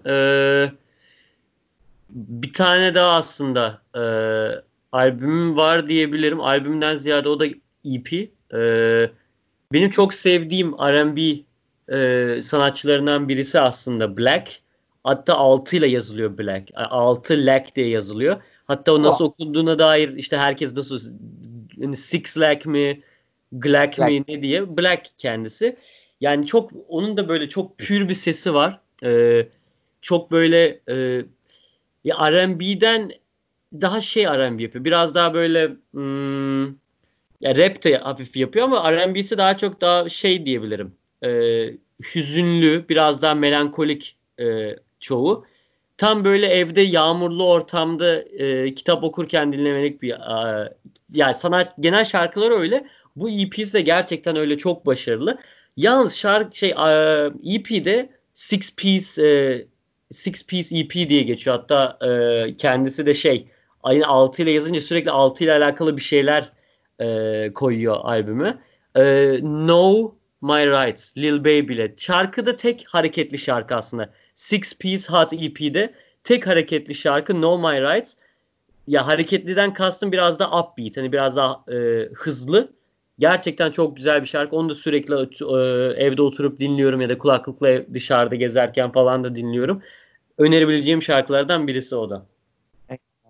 bir tane daha aslında albümüm var diyebilirim. Albümden ziyade o da EP. Benim çok sevdiğim R&B sanatçılarından birisi aslında Black. Hatta 6 ile yazılıyor Black. 6 Lack diye yazılıyor. Hatta o nasıl okunduğuna dair işte herkes nasıl Six Lack mi Glack mi ne diye Black kendisi. Yani çok onun da böyle çok pür bir sesi var. Çok böyle R&B'den daha R&B yapıyor. Biraz daha böyle ya rap de hafif yapıyor ama R&B'si daha diyebilirim. Hüzünlü, biraz daha melankolik çoğu. Tam böyle evde yağmurlu ortamda kitap okurken dinlemelik bir yani genel şarkıları öyle. Bu EP'si de gerçekten öyle çok başarılı. Yalnız EP'de Six Piece EP diye geçiyor. Hatta kendisi de ayın 6 ile yazınca sürekli 6 ile alakalı bir şeyler koyuyor albüme. Know My Rights, Lil Baby ile. Şarkı da tek hareketli şarkı aslında. Six Piece Hot EP'de tek hareketli şarkı Know My Rights. Ya hareketliden kastım biraz da upbeat. Hani biraz daha hızlı. Gerçekten çok güzel bir şarkı. Onu da sürekli evde oturup dinliyorum ya da kulaklıkla dışarıda gezerken falan da dinliyorum. Önerebileceğim şarkılardan birisi o da.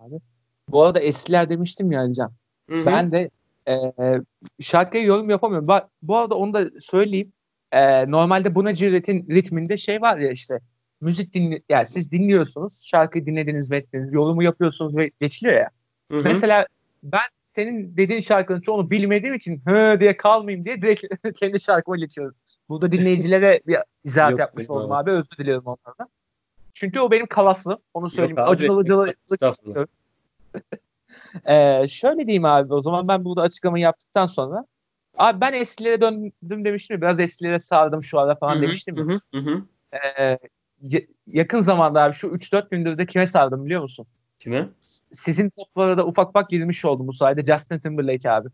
abi. Bu arada eskiler demiştim ya Alican. Hı hı. Ben de e, şarkıya yorum yapamıyorum. Bu arada onu da söyleyeyim. Normalde Buna Cevdet'in ritminde şey var ya işte müzik yani siz dinliyorsunuz, şarkıyı dinlediniz ve ettiniz, yorumu yapıyorsunuz ve geçiliyor ya. Hı hı. Mesela ben senin dediğin şarkının çoğunu bilmediğim için hı diye kalmayayım diye direkt kendi şarkıma geçiyorum. Burada dinleyicilere bir izahat Yok yapmış benim oldum abi. abi. Özür diliyorum onlardan. Çünkü o benim kalaslığım. Onu Yok söyleyeyim. Acun abi. Ilıcalı Estağfurullah. şöyle diyeyim abi. O zaman ben burada açıklamayı yaptıktan sonra abi ben eskilere döndüm demiştim ya. Biraz eskilere sardım şu ara Hı falan hı. demiştim Hı ya. hı. Hı hı. Yakın zamanda abi şu 3-4 gündür de kime sardım biliyor musun? Kime? Sizin toplara da ufak ufak girmiş oldum bu sayede. Justin Timberlake abi.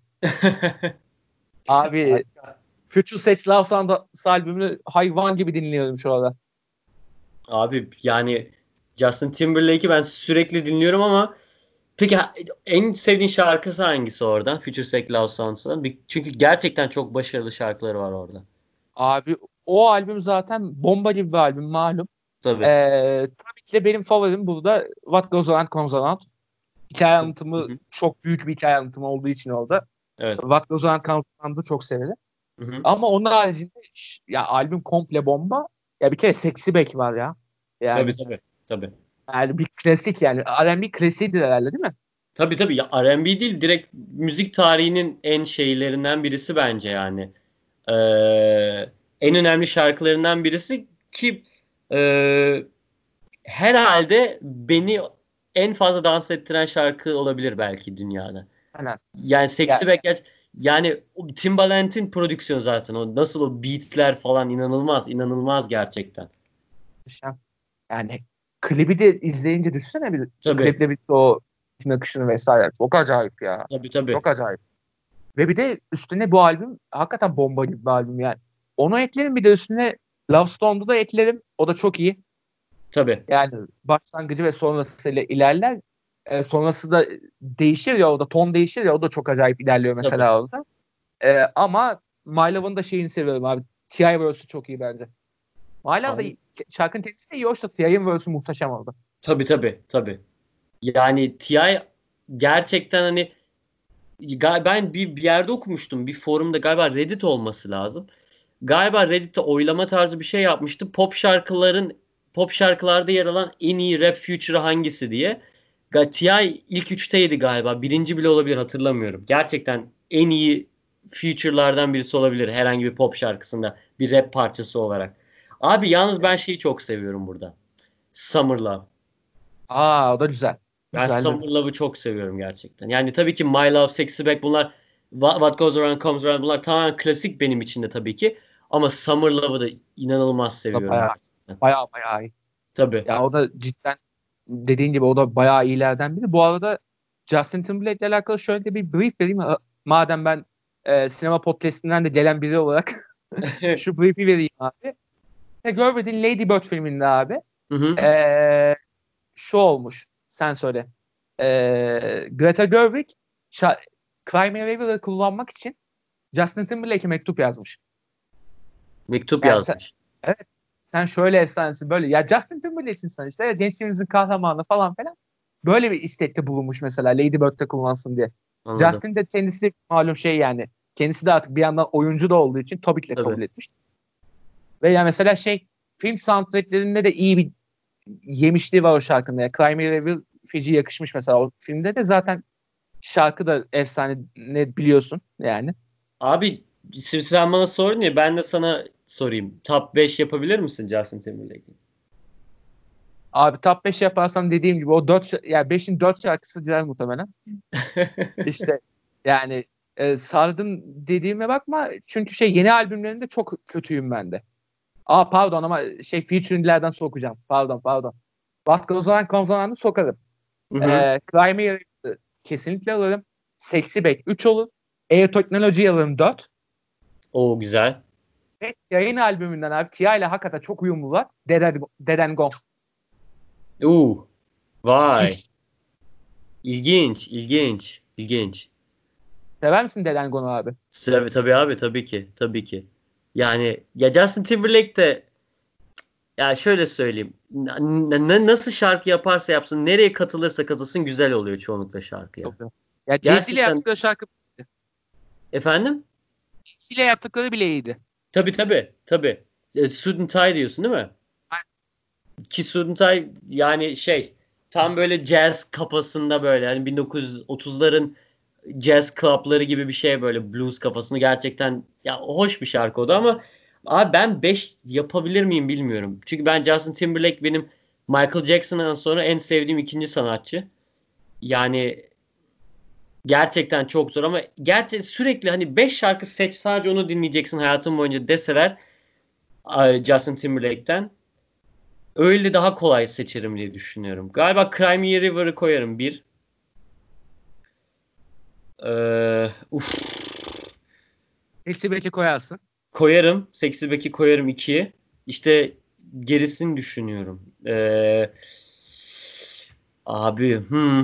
Abi Future Sex Love Songs albümünü hayvan gibi dinliyorum şu anda. Abi yani Justin Timberlake'i ben sürekli dinliyorum ama peki en sevdiğin şarkısı hangisi oradan? Future Sex Love Songs'dan. Çünkü gerçekten çok başarılı şarkıları var orada. Abi o albüm zaten bomba gibi bir albüm malum. Tabii. Tabii ki de benim favorim burada What Goes Around Comes Around. Hikaye Tabii. Hı anlatımı hı. çok büyük bir hikaye anlatımı olduğu için orada. Evet. What Goes Around Comes Around'ı çok severim. Hı hı. Ama onun haricinde ya albüm komple bomba. Ya bir kere Sexy Back var ya. Tabii Yani, tabii. Tabii. yani bir klasik yani. R&B klasiğidir herhalde değil mi? Tabii tabii. Ya R&B değil, direkt müzik tarihinin en şeylerinden birisi bence yani. En önemli şarkılarından birisi ki e, herhalde beni en fazla dans ettiren şarkı olabilir belki dünyada. Aynen. Yani Ya, Sexy Back yani o Timbaland'in prodüksiyonu zaten, o nasıl o beatler falan inanılmaz inanılmaz gerçekten. yani klibi de izleyince düşünsene bir Tabii kliple birlikte o ritim akışını vesaire. Çok acayip ya. tabii tabii Çok acayip. Ve bir de üstüne bu albüm hakikaten bomba gibi bir albüm yani. Onu eklerim bir de üstüne Love Stone'u da eklerim. O da çok iyi. tabii Yani başlangıcı ve sonrasıyla ilerler. Sonrası da değişir ya, o da ton değişir ya, o da çok acayip ilerliyor tabii. mesela orada. Ama My Love'ın da şeyini seviyorum abi. T.I. verse'ü çok iyi bence. My Love da Abi, şarkının kendisi de iyi, hoş da T.I.'in verse'ü muhteşem oldu. tabii tabii tabii. Yani T.I. gerçekten hani ben bir yerde okumuştum. Bir forumda, galiba Reddit olması lazım. Galiba Reddit'te oylama tarzı bir şey yapmıştı. Pop şarkılarda yer alan en iyi rap feature'ı hangisi diye. T.I. ilk üçteydi galiba. Birinci bile olabilir, hatırlamıyorum. Gerçekten en iyi feature'lardan birisi olabilir herhangi bir pop şarkısında bir rap parçası olarak. Abi yalnız ben şeyi çok seviyorum burada. Summer Love. Aa, o da güzel. Ben Güzeldir. Summer Love'ı çok seviyorum gerçekten. Yani tabii ki My Love, Sexy Back, bunlar What Goes Around Comes Around, bunlar tamamen klasik benim için de tabii ki. Ama Summer Love'ı da inanılmaz O da seviyorum bayağı gerçekten. bayağı bayağı iyi. Tabii. Ya o da cidden dediğin gibi o da bayağı iyilerden biri. Bu arada Justin Timberlake ile alakalı şöyle de bir brief vereyim. Madem ben sinema podcast'inden de gelen biri olarak şu brief'i vereyim abi. Görmediğin Lady Bird filminde abi Hı hı. şu olmuş. Sen söyle. Greta Gerwig Cry Me a River'ı kullanmak için Justin Timberlake'e mektup yazmış. Mektup Yani yazmış. evet, sen şöyle efsanesin böyle. Ya Justin Timberlake'sin sen işte. Gençliğimizin kahramanı falan falan. Böyle bir istekte bulunmuş mesela Lady Bird'de kullansın diye. Anladım. Justin de kendisi de malum şey yani. Kendisi de artık bir yandan oyuncu da olduğu için tabii ki de Tabii. kabul etmiş. Ve ya mesela şey film soundtracklerinde de iyi bir yemişliği var o şarkında. Ya Cry Me a River feci yakışmış mesela. O filmde de zaten şarkı da efsane, ne biliyorsun yani. Abi sen bana sordun ya, ben de sana sorayım. Top 5 yapabilir misin Justin Timberlake'in? Abi top 5 yaparsam dediğim gibi o 4 yani 5'in 4 şarkısı girer muhtemelen. İşte yani sardım dediğime bakma çünkü şey yeni albümlerinde çok kötüyüm ben de. Aa pardon ama şey featuring'lerden sokacağım. Pardon. What Goes On Comes On'u sokarım. Hı hı. Cry Me a River'ı kesinlikle alırım. Sexy Back 3 olur. Air Technology alırım 4. O güzel. Ve yayın albümünden abi T.I. ile hakikaten çok uyumlular. Dead and Gone. Vay. Müthiş. İlginç, ilginç, ilginç. Sever misin Dead and Gone'u abi? Tabii, tabii abi, tabii ki. Tabii ki. Yani ya Justin Timberlake de Ya şöyle söyleyeyim. Nasıl şarkı yaparsa yapsın, nereye katılırsa katılsın güzel oluyor çoğunlukla şarkı ya. Çok güzel. Ya Jay-Z ile Gerçekten yaptıkları şarkı, efendim? Jay-Z ile yaptıkları bile iyiydi. Tabii. Student High diyorsun değil mi? Ki Student High yani tam böyle jazz kafasında böyle hani 1930'ların jazz club'ları gibi bir şey böyle blues kafasını gerçekten ya hoş bir şarkı o da ama abi ben 5 yapabilir miyim bilmiyorum. Çünkü ben Justin Timberlake benim Michael Jackson'dan sonra en sevdiğim ikinci sanatçı. Yani gerçekten çok zor ama sürekli hani 5 şarkı seç sadece onu dinleyeceksin hayatın boyunca deseler Justin Timberlake'ten öyle daha kolay seçerim diye düşünüyorum. Galiba Cry Me a River'ı koyarım bir. Uf. Eksi belki koyarsın. Koyarım. Sexy Back'i koyarım 2'ye. İşte gerisini düşünüyorum. Abi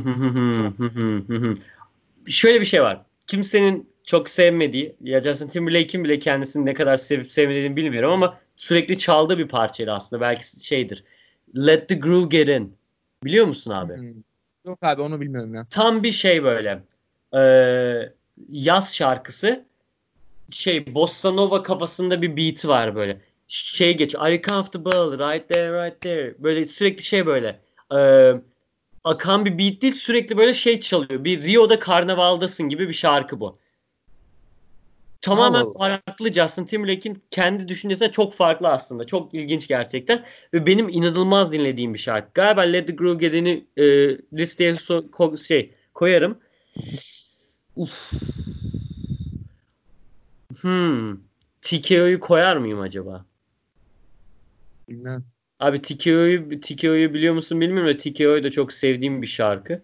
şöyle bir şey var. Kimsenin çok sevmediği ya Justin Timberlake'in bile kendisini ne kadar sevip sevmediğini bilmiyorum ama sürekli çaldığı bir parçaydı aslında. Belki şeydir. Let the Groove Get In. Biliyor musun abi? Yok abi, onu bilmiyorum ya. Tam bir şey böyle. Ee, Yaz şarkısı. Bossa Nova kafasında bir beat'i var böyle. Geç. Are you comfortable? Right there, right there. Böyle sürekli böyle. Ee, Akan bir beat değil, sürekli böyle çalıyor. Bir Rio'da karnavaldasın gibi bir şarkı bu. Allah Tamamen Allah. farklı, Justin Timberlake'in kendi düşüncesine çok farklı aslında. Çok ilginç gerçekten. Ve benim inanılmaz dinlediğim bir şarkı. Galiba Let the Groove Get In'i listeye koyarım. Uf. TKO'yu koyar mıyım acaba? Bilmiyorum. Abi TKO'yu biliyor musun bilmiyorum da TKO'yu da çok sevdiğim bir şarkı.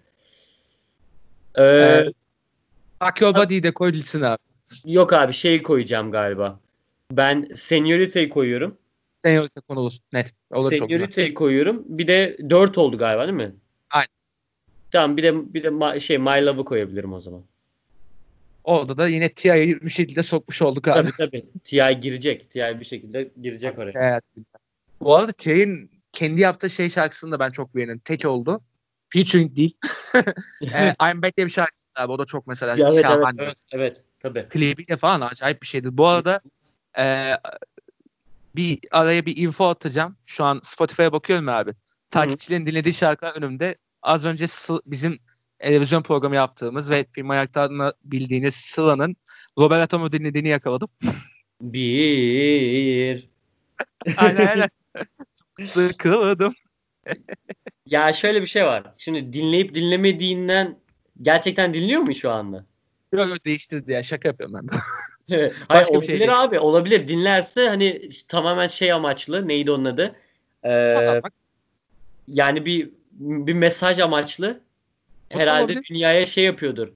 Ee, Ee, Rock Your Body'yi de koy bilsin abi. Yok abi koyacağım galiba. Ben Señorita'yı koyuyorum. Señorita konulur. Net. Olur, çok güzel. Señorita'yı koyuyorum. Bir de 4 oldu galiba değil mi? Aynen. Tamam, bir de My Love'ı koyabilirim o zaman. Orada da yine T.I.'yi bir şekilde sokmuş olduk abi. Tabii. T.I. girecek. T.I. bir şekilde girecek oraya. Evet. Bu arada T.I.'nin kendi yaptığı şarkısını da ben çok beğendim. Tek oldu. Featuring değil. I'm Back diye bir şarkısı abi. O da çok mesela Ya, şahane. evet. Tabii. Klibi de falan acayip bir şeydi. Bu arada e, bir araya bir info atacağım. Şu an Spotify'a bakıyorum abi. Hı. Takipçilerin dinlediği şarkılar önümde. Az önce bizim televizyon programı yaptığımız ve film ayaklarını bildiğiniz Sıla'nın Robert Atom'u dinlediğini yakaladım. Bir. Aynen. Sıkıldım. Ya şöyle bir şey var. Şimdi dinleyip dinlemediğinden gerçekten dinliyor mu şu anda? Biraz değiştirdi ya. Şaka yapıyorum ben de. Hayır, Başka bir şey olabilir değiştirdi. abi. Olabilir. Dinlerse hani tamamen amaçlı. Neydi onun adı? Ee, Bak, Yani bir mesaj amaçlı. o da Herhalde olabilir. dünyaya yapıyordur.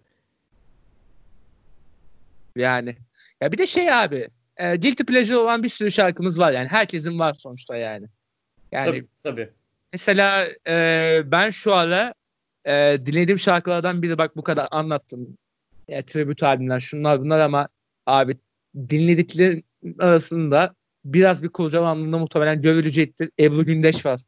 Yani. Ya bir de abi. Guilty Pleasure olan bir sürü şarkımız var yani. Herkesin var sonuçta yani. Yani Tabii. mesela ben şu ara dinlediğim şarkılardan biri, bak bu kadar anlattım. Tribute albümler şunlar bunlar ama abi dinlediklerin arasında biraz bir kurcalandığında muhtemelen görülecektir. Ebru Gündeş var.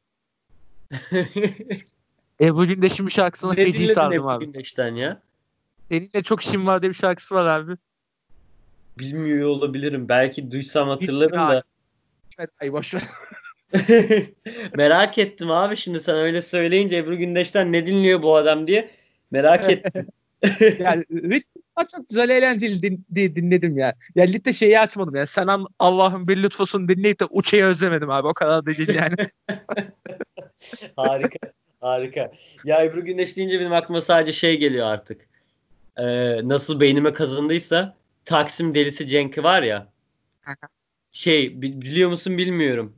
Ebru Gündeş'in bir şarkısına Ne feci dinledin sardım Ebru abi. Gündeş'ten ya? Seninle çok işim var diye bir şarkısı var abi. Bilmiyor olabilirim. Belki duysam Gitme hatırlarım abi. da. Gitme, ay boş ver. Merak ettim abi, şimdi sen öyle söyleyince Ebru Gündeş'ten ne dinliyor bu adam diye merak ettim. Yani ritmi çok güzel, eğlenceli diye dinledim ya. Ya ligde açmadım ya. Sen Allah'ın bir lütfusun dinleyip de Uçe'yi özlemedim abi. O kadar da değil yani. Harika. Ya Ebru Gündeş deyince benim aklıma sadece geliyor artık. Nasıl beynime kazındıysa Taksim Delisi Cenk'i var ya. Biliyor musun bilmiyorum.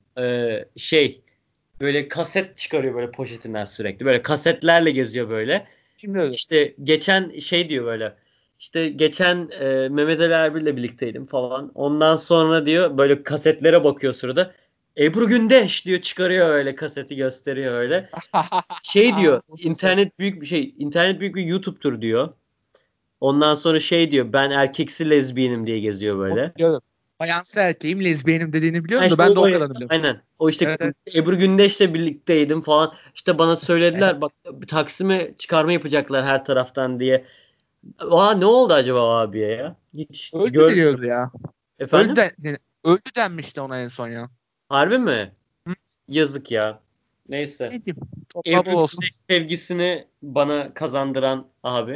Böyle kaset çıkarıyor böyle poşetinden sürekli. Böyle kasetlerle geziyor böyle. Bilmiyorum. İşte geçen diyor böyle. İşte geçen Mehmet Ali Erbil'le birlikteydim falan. Ondan sonra diyor böyle kasetlere bakıyor sırada. Ebru Gündeş diyor, çıkarıyor öyle kaseti gösteriyor öyle. Diyor Muhteşem. internet büyük bir YouTube'tur diyor. Ondan sonra diyor ben erkeksi lezbiyenim diye geziyor Onu böyle. biliyorum. Fayansı erkeğim, lezbiyenim dediğini Ha biliyorum da işte ben de o, o kadarını biliyorum. aynen. O işte Evet, evet. Ebru Gündeş'le birlikteydim falan. İşte bana söylediler bak Taksim'e çıkarma yapacaklar her taraftan diye. Aa ne oldu acaba o abiye ya? Hiç Öldü görmedim. diyordu ya. Öldü, Efendim? öldü denmişti ona en son ya. Harbi mi? Hı? Yazık ya. Neyse. Ne diyeyim? Toprağı Ebru bol olsun. Gündeş sevgisini bana kazandıran abi.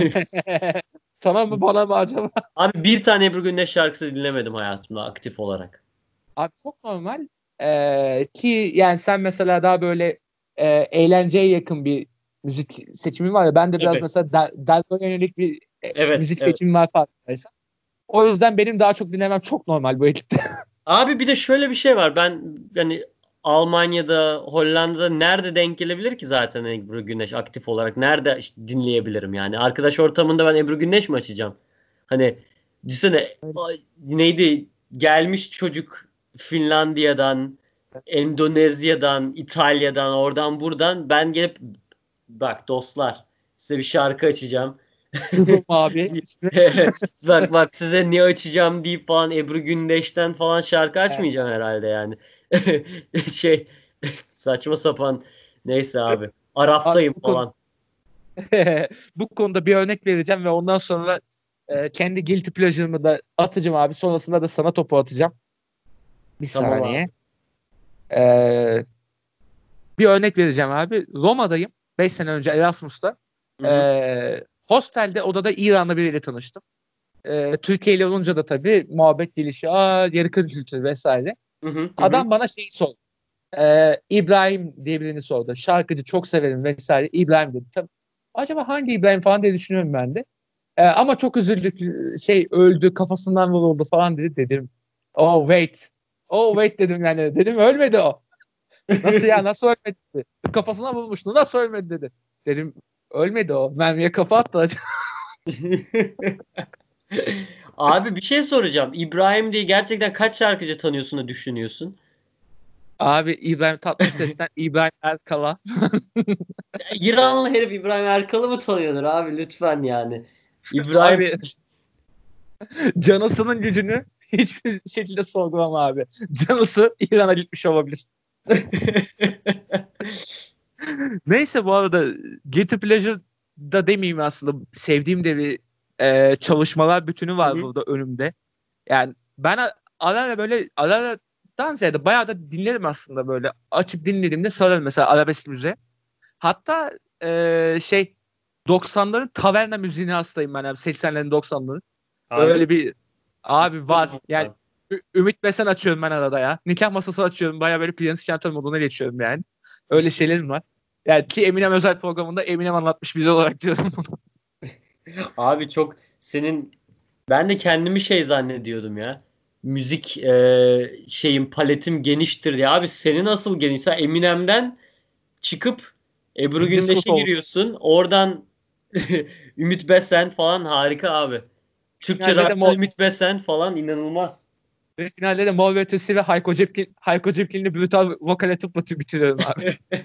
Sana mı bana mı acaba? Abi bir tane Ebru Gündeş şarkısı dinlemedim hayatımda aktif olarak. Abi çok normal. Ki yani sen mesela daha böyle eğlenceye yakın bir müzik seçimin var ya, ben de biraz Evet. mesela Delto'ya yönelik bir Evet, müzik evet. seçimim var farkındaysan. O yüzden benim daha çok dinlemem çok normal bu ekipte. Abi bir de şöyle bir şey var. Ben yani Almanya'da, Hollanda'da nerede denk gelebilir ki zaten Ebru Gündeş aktif olarak? Nerede işte dinleyebilirim yani? Arkadaş ortamında ben Ebru Gündeş mi açacağım? Hani düşünsene neydi? Gelmiş çocuk Finlandiya'dan, Endonezya'dan, İtalya'dan, oradan buradan ben gelip bak dostlar size bir şarkı açacağım. Kızım abi ismi. Bak size ne açacağım deyip falan Ebru Gündeş'ten falan şarkı açmayacağım herhalde yani. Şey saçma sapan neyse abi. Abi Araf'tayım bu konu falan. bu konuda bir örnek vereceğim ve ondan sonra kendi guilty pleasure'ımı da atacağım abi. Sonrasında da sana topu atacağım. Bir Tamam saniye. abi. E, Bir örnek vereceğim abi. Roma'dayım. 5 sene önce Erasmus'ta. Hı hı. Hostelde odada İranlı biriyle tanıştım. Türkiye ile olunca da tabii muhabbet gelişiyor. Yarı kültür vesaire. Hı hı. Hı hı. Adam bana şeyi sordu. İbrahim diye birini sordu. Şarkıcı çok severim vesaire. İbrahim dedi. Tabii, acaba hangi İbrahim falan diye düşünüyorum ben de. Ama çok üzüldük. Öldü, kafasından vuruldu falan dedi. Dedim. Oh wait. Oh wait dedim yani. Dedim ölmedi o. Nasıl ya, nasıl ölmedi dedi. Kafasına vurmuştu. Nasıl ölmedi dedi. Dedim ölmedi o. Mermiye kafa attı acaba. Abi bir şey soracağım. İbrahim diye gerçekten kaç şarkıcı tanıyorsun da düşünüyorsun? Abi İbrahim Tatlıses'ten İbrahim Erkal'a. İranlı herif İbrahim Erkal'ı mı tanıyordur abi lütfen yani. İbrahim Abi Canısı'nın gücünü hiçbir şekilde sorgulama abi. Canısı İran'a gitmiş olabilir. Neyse, bu arada Guilty Pleasure da demeyeyim aslında. Sevdiğim de bir çalışmalar bütünü Hı var hı. burada önümde. Yani ben ara ara böyle ara aradan ziyade bayağı da dinlerim aslında böyle. Açıp dinlediğimde sararım mesela arabesk müziğe. Hatta 90'ların taverna müziğine hastayım ben abi. 80'lerin 90'ların. Harbi mi? Öyle bir abi var. Yani Abi. Ümit Besen açıyorum ben arada ya. Nikah masası açıyorum. Baya böyle piyanist şantör moduna geçiyorum yani. Öyle şeylerim var. Yani ki Eminem özel programında Eminem anlatmış biri olarak diyorum bunu. Abi çok senin ben de kendimi şey zannediyordum ya. Müzik şeyin paletim geniştir diye. Abi senin asıl geniş. Sen Eminem'den çıkıp Ebru Disco Gündeş'e Soul. giriyorsun. Oradan Ümit Besen falan harika abi. Türkçe Finalde de rock'tan Ümit Besen falan inanılmaz. finalde de Mor ve Ötesi ve Hayko Cepkin'le brutal vokal atıp bitiriyorum abi.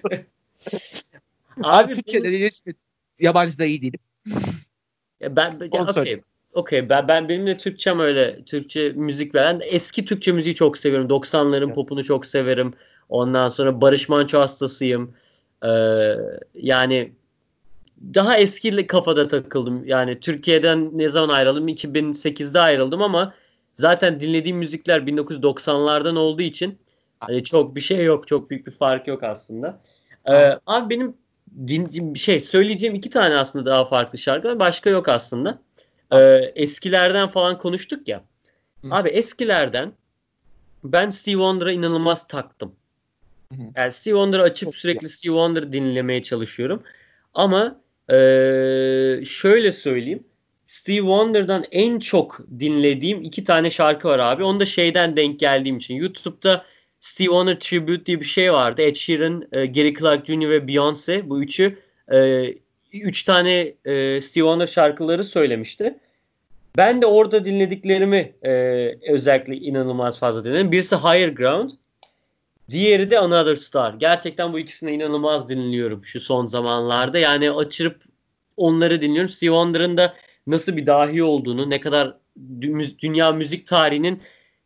Abi Abi Türkçe benim de hiç yabancı da iyi değilim. ya Onu söyleyeyim. okey ben benim de Türkçem öyle Türkçe müzik veren eski Türkçe müziği çok seviyorum. 90'ların Evet. popunu çok severim. Ondan sonra Barış Manço hastasıyım. Ee, yani daha eski kafada takıldım. Yani Türkiye'den ne zaman ayrıldım? 2008'de ayrıldım ama zaten dinlediğim müzikler 1990'lardan olduğu için hani çok bir şey yok. Çok büyük bir fark yok aslında. Abi, Abi benim söyleyeceğim iki tane aslında daha farklı şarkı var. Başka yok aslında. abi. Eskilerden falan konuştuk ya. Hı, Abi eskilerden ben Stevie Wonder'a inanılmaz taktım. hı, hı. Yani Stevie Wonder'ı açıp Çok iyi. sürekli Stevie Wonder dinlemeye çalışıyorum. Ama şöyle söyleyeyim. Stevie Wonder'dan en çok dinlediğim iki tane şarkı var abi. Onu da şeyden denk geldiğim için. YouTube'da Stevie Wonder Tribute diye bir şey vardı. Ed Sheeran, Gary Clark Jr. ve Beyoncé. Bu üçü e, üç tane Stevie Wonder şarkıları söylemişti. Ben de orada dinlediklerimi özellikle inanılmaz fazla dinledim. Birisi Higher Ground. Diğeri de Another Star. Gerçekten bu ikisini inanılmaz dinliyorum şu son zamanlarda. Yani açıp onları dinliyorum. Stevie Wonder'ın da nasıl bir dahi olduğunu, ne kadar dünya müzik tarihinin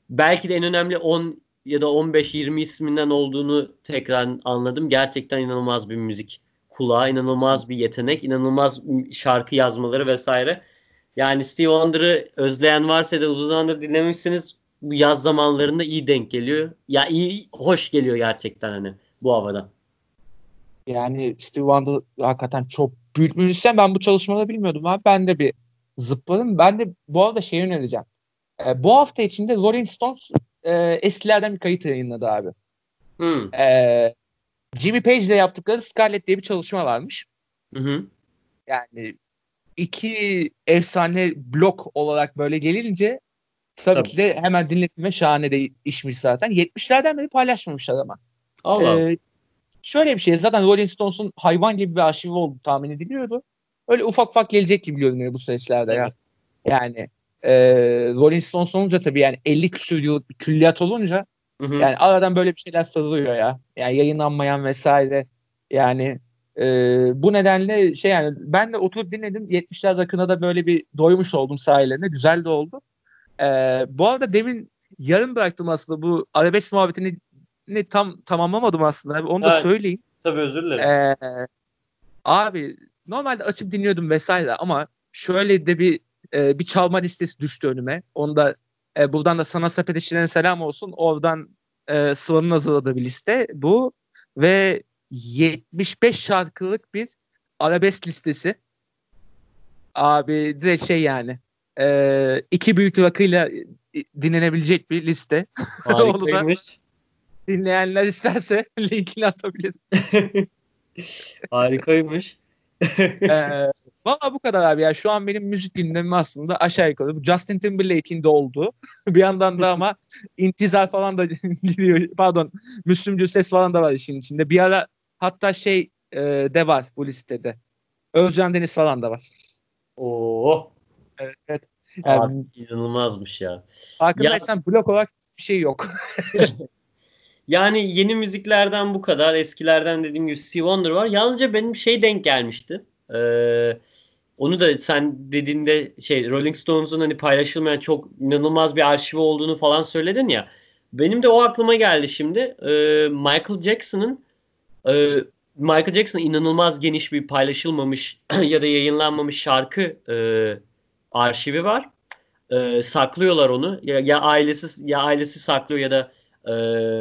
belki de en önemli 10 ya da 15-20 isminden olduğunu tekrar anladım. Gerçekten inanılmaz bir müzik kulağı, inanılmaz bir yetenek, inanılmaz şarkı yazmaları vesaire. Yani Stevie Wonder'ı özleyen varsa da uzun zamandır dinlemişsiniz, bu yaz zamanlarında iyi denk geliyor. Ya iyi, hoş geliyor gerçekten hani bu havada. Yani Stevie Wonder hakikaten çok büyük müzisyen. Ben bu çalışmaları bilmiyordum abi. Ben de bir zıpladım. Ben de bu arada şey önereceğim. Bu hafta içinde Rolling Stones eskilerden bir kayıt yayınladı abi. Hmm. E, Jimmy Page ile yaptıkları Scarlet diye bir çalışma varmış. Hı hı. Yani iki efsane blok olarak böyle gelince tabii ki Tabii. de hemen dinledim ve şahane de işmiş zaten. 70'lerden beri paylaşmamışlar ama. Allah Allah. E, Şöyle bir şey. Zaten Rolling Stones'un hayvan gibi bir arşivi olduğu tahmin ediliyordu. Öyle ufak ufak gelecek gibi görünüyor bu seslerde ya. Tabii. Yani Rolling Stones olunca tabii yani 50 küsur yıllık bir külliyat olunca Hı hı. yani aradan böyle bir şeyler sızılıyor ya. Yani yayınlanmayan vesaire. Yani bu nedenle şey yani ben de oturup dinledim. 70'ler akına da böyle bir doymuş oldum sahilerine. Güzel de oldu. Bu arada demin yarım bıraktım aslında bu arabesk muhabbetini tam tamamlamadım aslında. Onu da Ha, söyleyeyim. tabii özür dilerim. Ee, Abi normalde açıp dinliyordum vesaire ama şöyle de bir çalma listesi düştü önüme. Onu da buradan da sana sepet işlerine selam olsun. Oradan Sıla'nın hazırladığı bir liste bu ve 75 şarkılık bir arabesk listesi. Abi direkt şey yani iki büyük rakıyla dinlenebilecek bir liste. Onu da Harikaymış. dinleyenler isterse linkini atabilirim. Harikaymış. Ee, Valla bu kadar abi ya. Şu an benim müzik dinlemem aslında aşağı yukarı. Bu Justin Timberlake'in de olduğu. Bir yandan da ama İntizar falan da gidiyor. Pardon. Müslüm Gürses falan da var işin içinde. Bir ara hatta şey de var bu listede. Özcan Deniz falan da var. Oo, Evet, evet. abi Yani inanılmazmış ya. Ya farkındaysan blok olarak bir şey yok. yani yeni müziklerden bu kadar, eskilerden dediğim gibi Stevie Wonder var. Yalnızca benim şey denk gelmişti. Onu da sen dediğinde şey Rolling Stones'un hani paylaşılmayan çok inanılmaz bir arşivi olduğunu falan söyledin ya. Benim de o aklıma geldi şimdi. Michael Jackson'ın Ee, Michael Jackson inanılmaz geniş bir paylaşılmamış ya da yayınlanmamış şarkı arşivi var. Saklıyorlar onu. Ya ailesi saklıyor ya da e,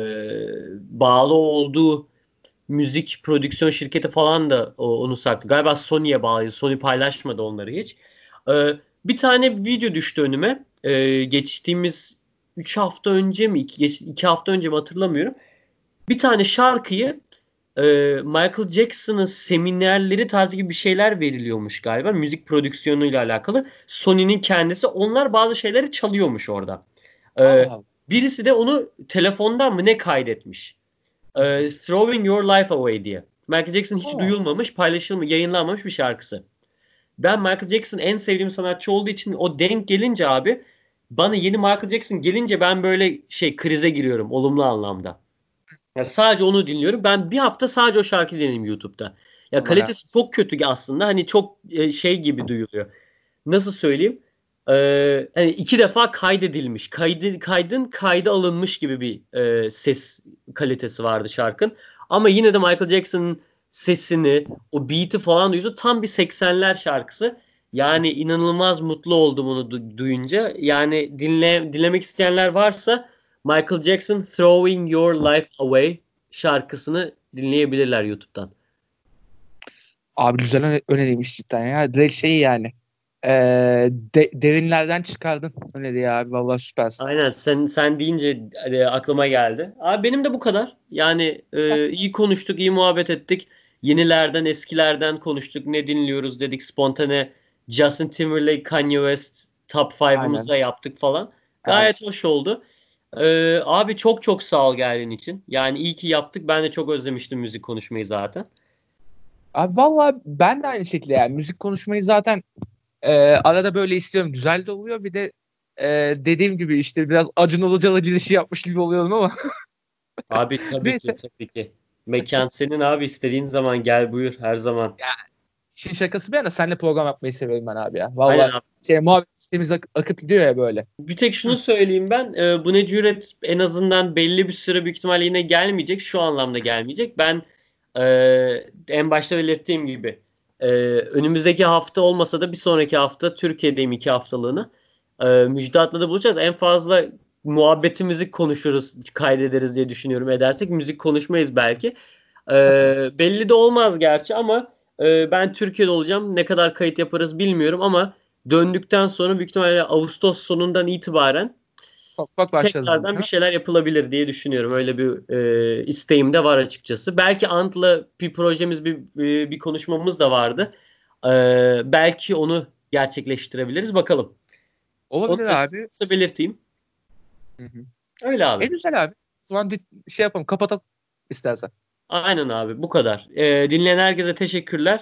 bağlı olduğu müzik prodüksiyon şirketi falan da onu saklıyor. Galiba Sony'ye bağlı. Sony paylaşmadı onları hiç. Bir tane video düştü önüme. Geçtiğimiz 3 hafta önce mi 2 hafta önce mi hatırlamıyorum. Bir tane şarkıyı Michael Jackson'ın seminerleri tarzı gibi bir şeyler veriliyormuş galiba. Müzik prodüksiyonuyla alakalı. Sony'nin kendisi onlar bazı şeyleri çalıyormuş orada. E, Allah Allah. Birisi de onu telefondan mı ne kaydetmiş. Throwing Your Life Away diye. Michael Jackson hiç Aa. duyulmamış, paylaşılmış, yayınlanmamış bir şarkısı. Ben Michael Jackson en sevdiğim sanatçı olduğu için o denk gelince abi bana yeni Michael Jackson gelince ben böyle şey krize giriyorum olumlu anlamda. Ya sadece onu dinliyorum. Ben bir hafta sadece o şarkıyı dinledim YouTube'da. Ya Vay. kalitesi çok kötü aslında. Hani çok şey gibi duyuluyor. Nasıl söyleyeyim? Hani 2 defa kaydedilmiş. Kaydın kayda alınmış gibi bir ses kalitesi vardı şarkın. Ama yine de Michael Jackson'ın sesini, o beat'i falan duyuyorsun. Tam bir 80'ler şarkısı. Yani inanılmaz mutlu oldum onu duyunca. Yani dinlemek isteyenler varsa Michael Jackson Throwing Your Life Away şarkısını dinleyebilirler YouTube'dan. Abi güzel öneriymiş cidden ya. Direkt şey yani. Derinlerden çıkardın öneriyi abi. Vallahi süpersin. Aynen sen deyince aklıma geldi. Abi benim de bu kadar. Yani iyi konuştuk, iyi muhabbet ettik. Yenilerden, eskilerden konuştuk. Ne dinliyoruz dedik. Spontane Justin Timberlake, Kanye West top Aynen. 5'ımızda yaptık falan. Aynen. Gayet hoş oldu. Abi çok çok sağ ol geldiğin için. Yani iyi ki yaptık. Ben de çok özlemiştim müzik konuşmayı zaten. Abi vallahi ben de aynı şekilde yani müzik konuşmayı zaten arada böyle istiyorum. Güzel de oluyor. Bir de dediğim gibi işte biraz Acun Ilıcalı girişi yapmış gibi oluyorum ama Abi tabii ki neyse. tabii ki. Mekan senin abi istediğin zaman gel buyur her zaman. Ya işin şakası bir yana seninle program yapmayı seviyorum ben abi ya. Aynen Vallahi abi. muhabbet sistemimiz akıp gidiyor ya böyle. Bir tek şunu söyleyeyim ben. Bu ne cüret en azından belli bir süre büyük ihtimalle yine gelmeyecek. Şu anlamda gelmeyecek. Ben en başta belirttiğim gibi önümüzdeki hafta olmasa da bir sonraki hafta Türkiye'deyim 2 haftalığına. Müjdat'la da buluşacağız. En fazla muhabbetimizi konuşuruz, kaydederiz diye düşünüyorum. Edersek müzik konuşmayız belki. Belli de olmaz gerçi ama ben Türkiye'de olacağım. Ne kadar kayıt yaparız bilmiyorum ama döndükten sonra büyük ihtimalle Ağustos sonundan itibaren Ufak ufak başlarız yine. tekrardan bir şeyler yapılabilir diye düşünüyorum. Öyle bir isteğim de var açıkçası. Belki Ant'la bir projemiz, bir konuşmamız da vardı. Belki onu gerçekleştirebiliriz. Bakalım. Onu Olabilir da abi. kısa belirteyim. Hı hı. Öyle abi. Güzel abi. O zaman şey yapalım, kapatalım istersen. Aynen abi. Bu kadar. Dinleyen herkese teşekkürler.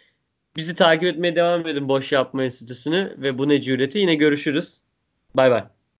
Bizi takip etmeye devam edin Boş Yapma Enstitüsü'nü ve bu ne cüreti. Yine görüşürüz. Bay bay.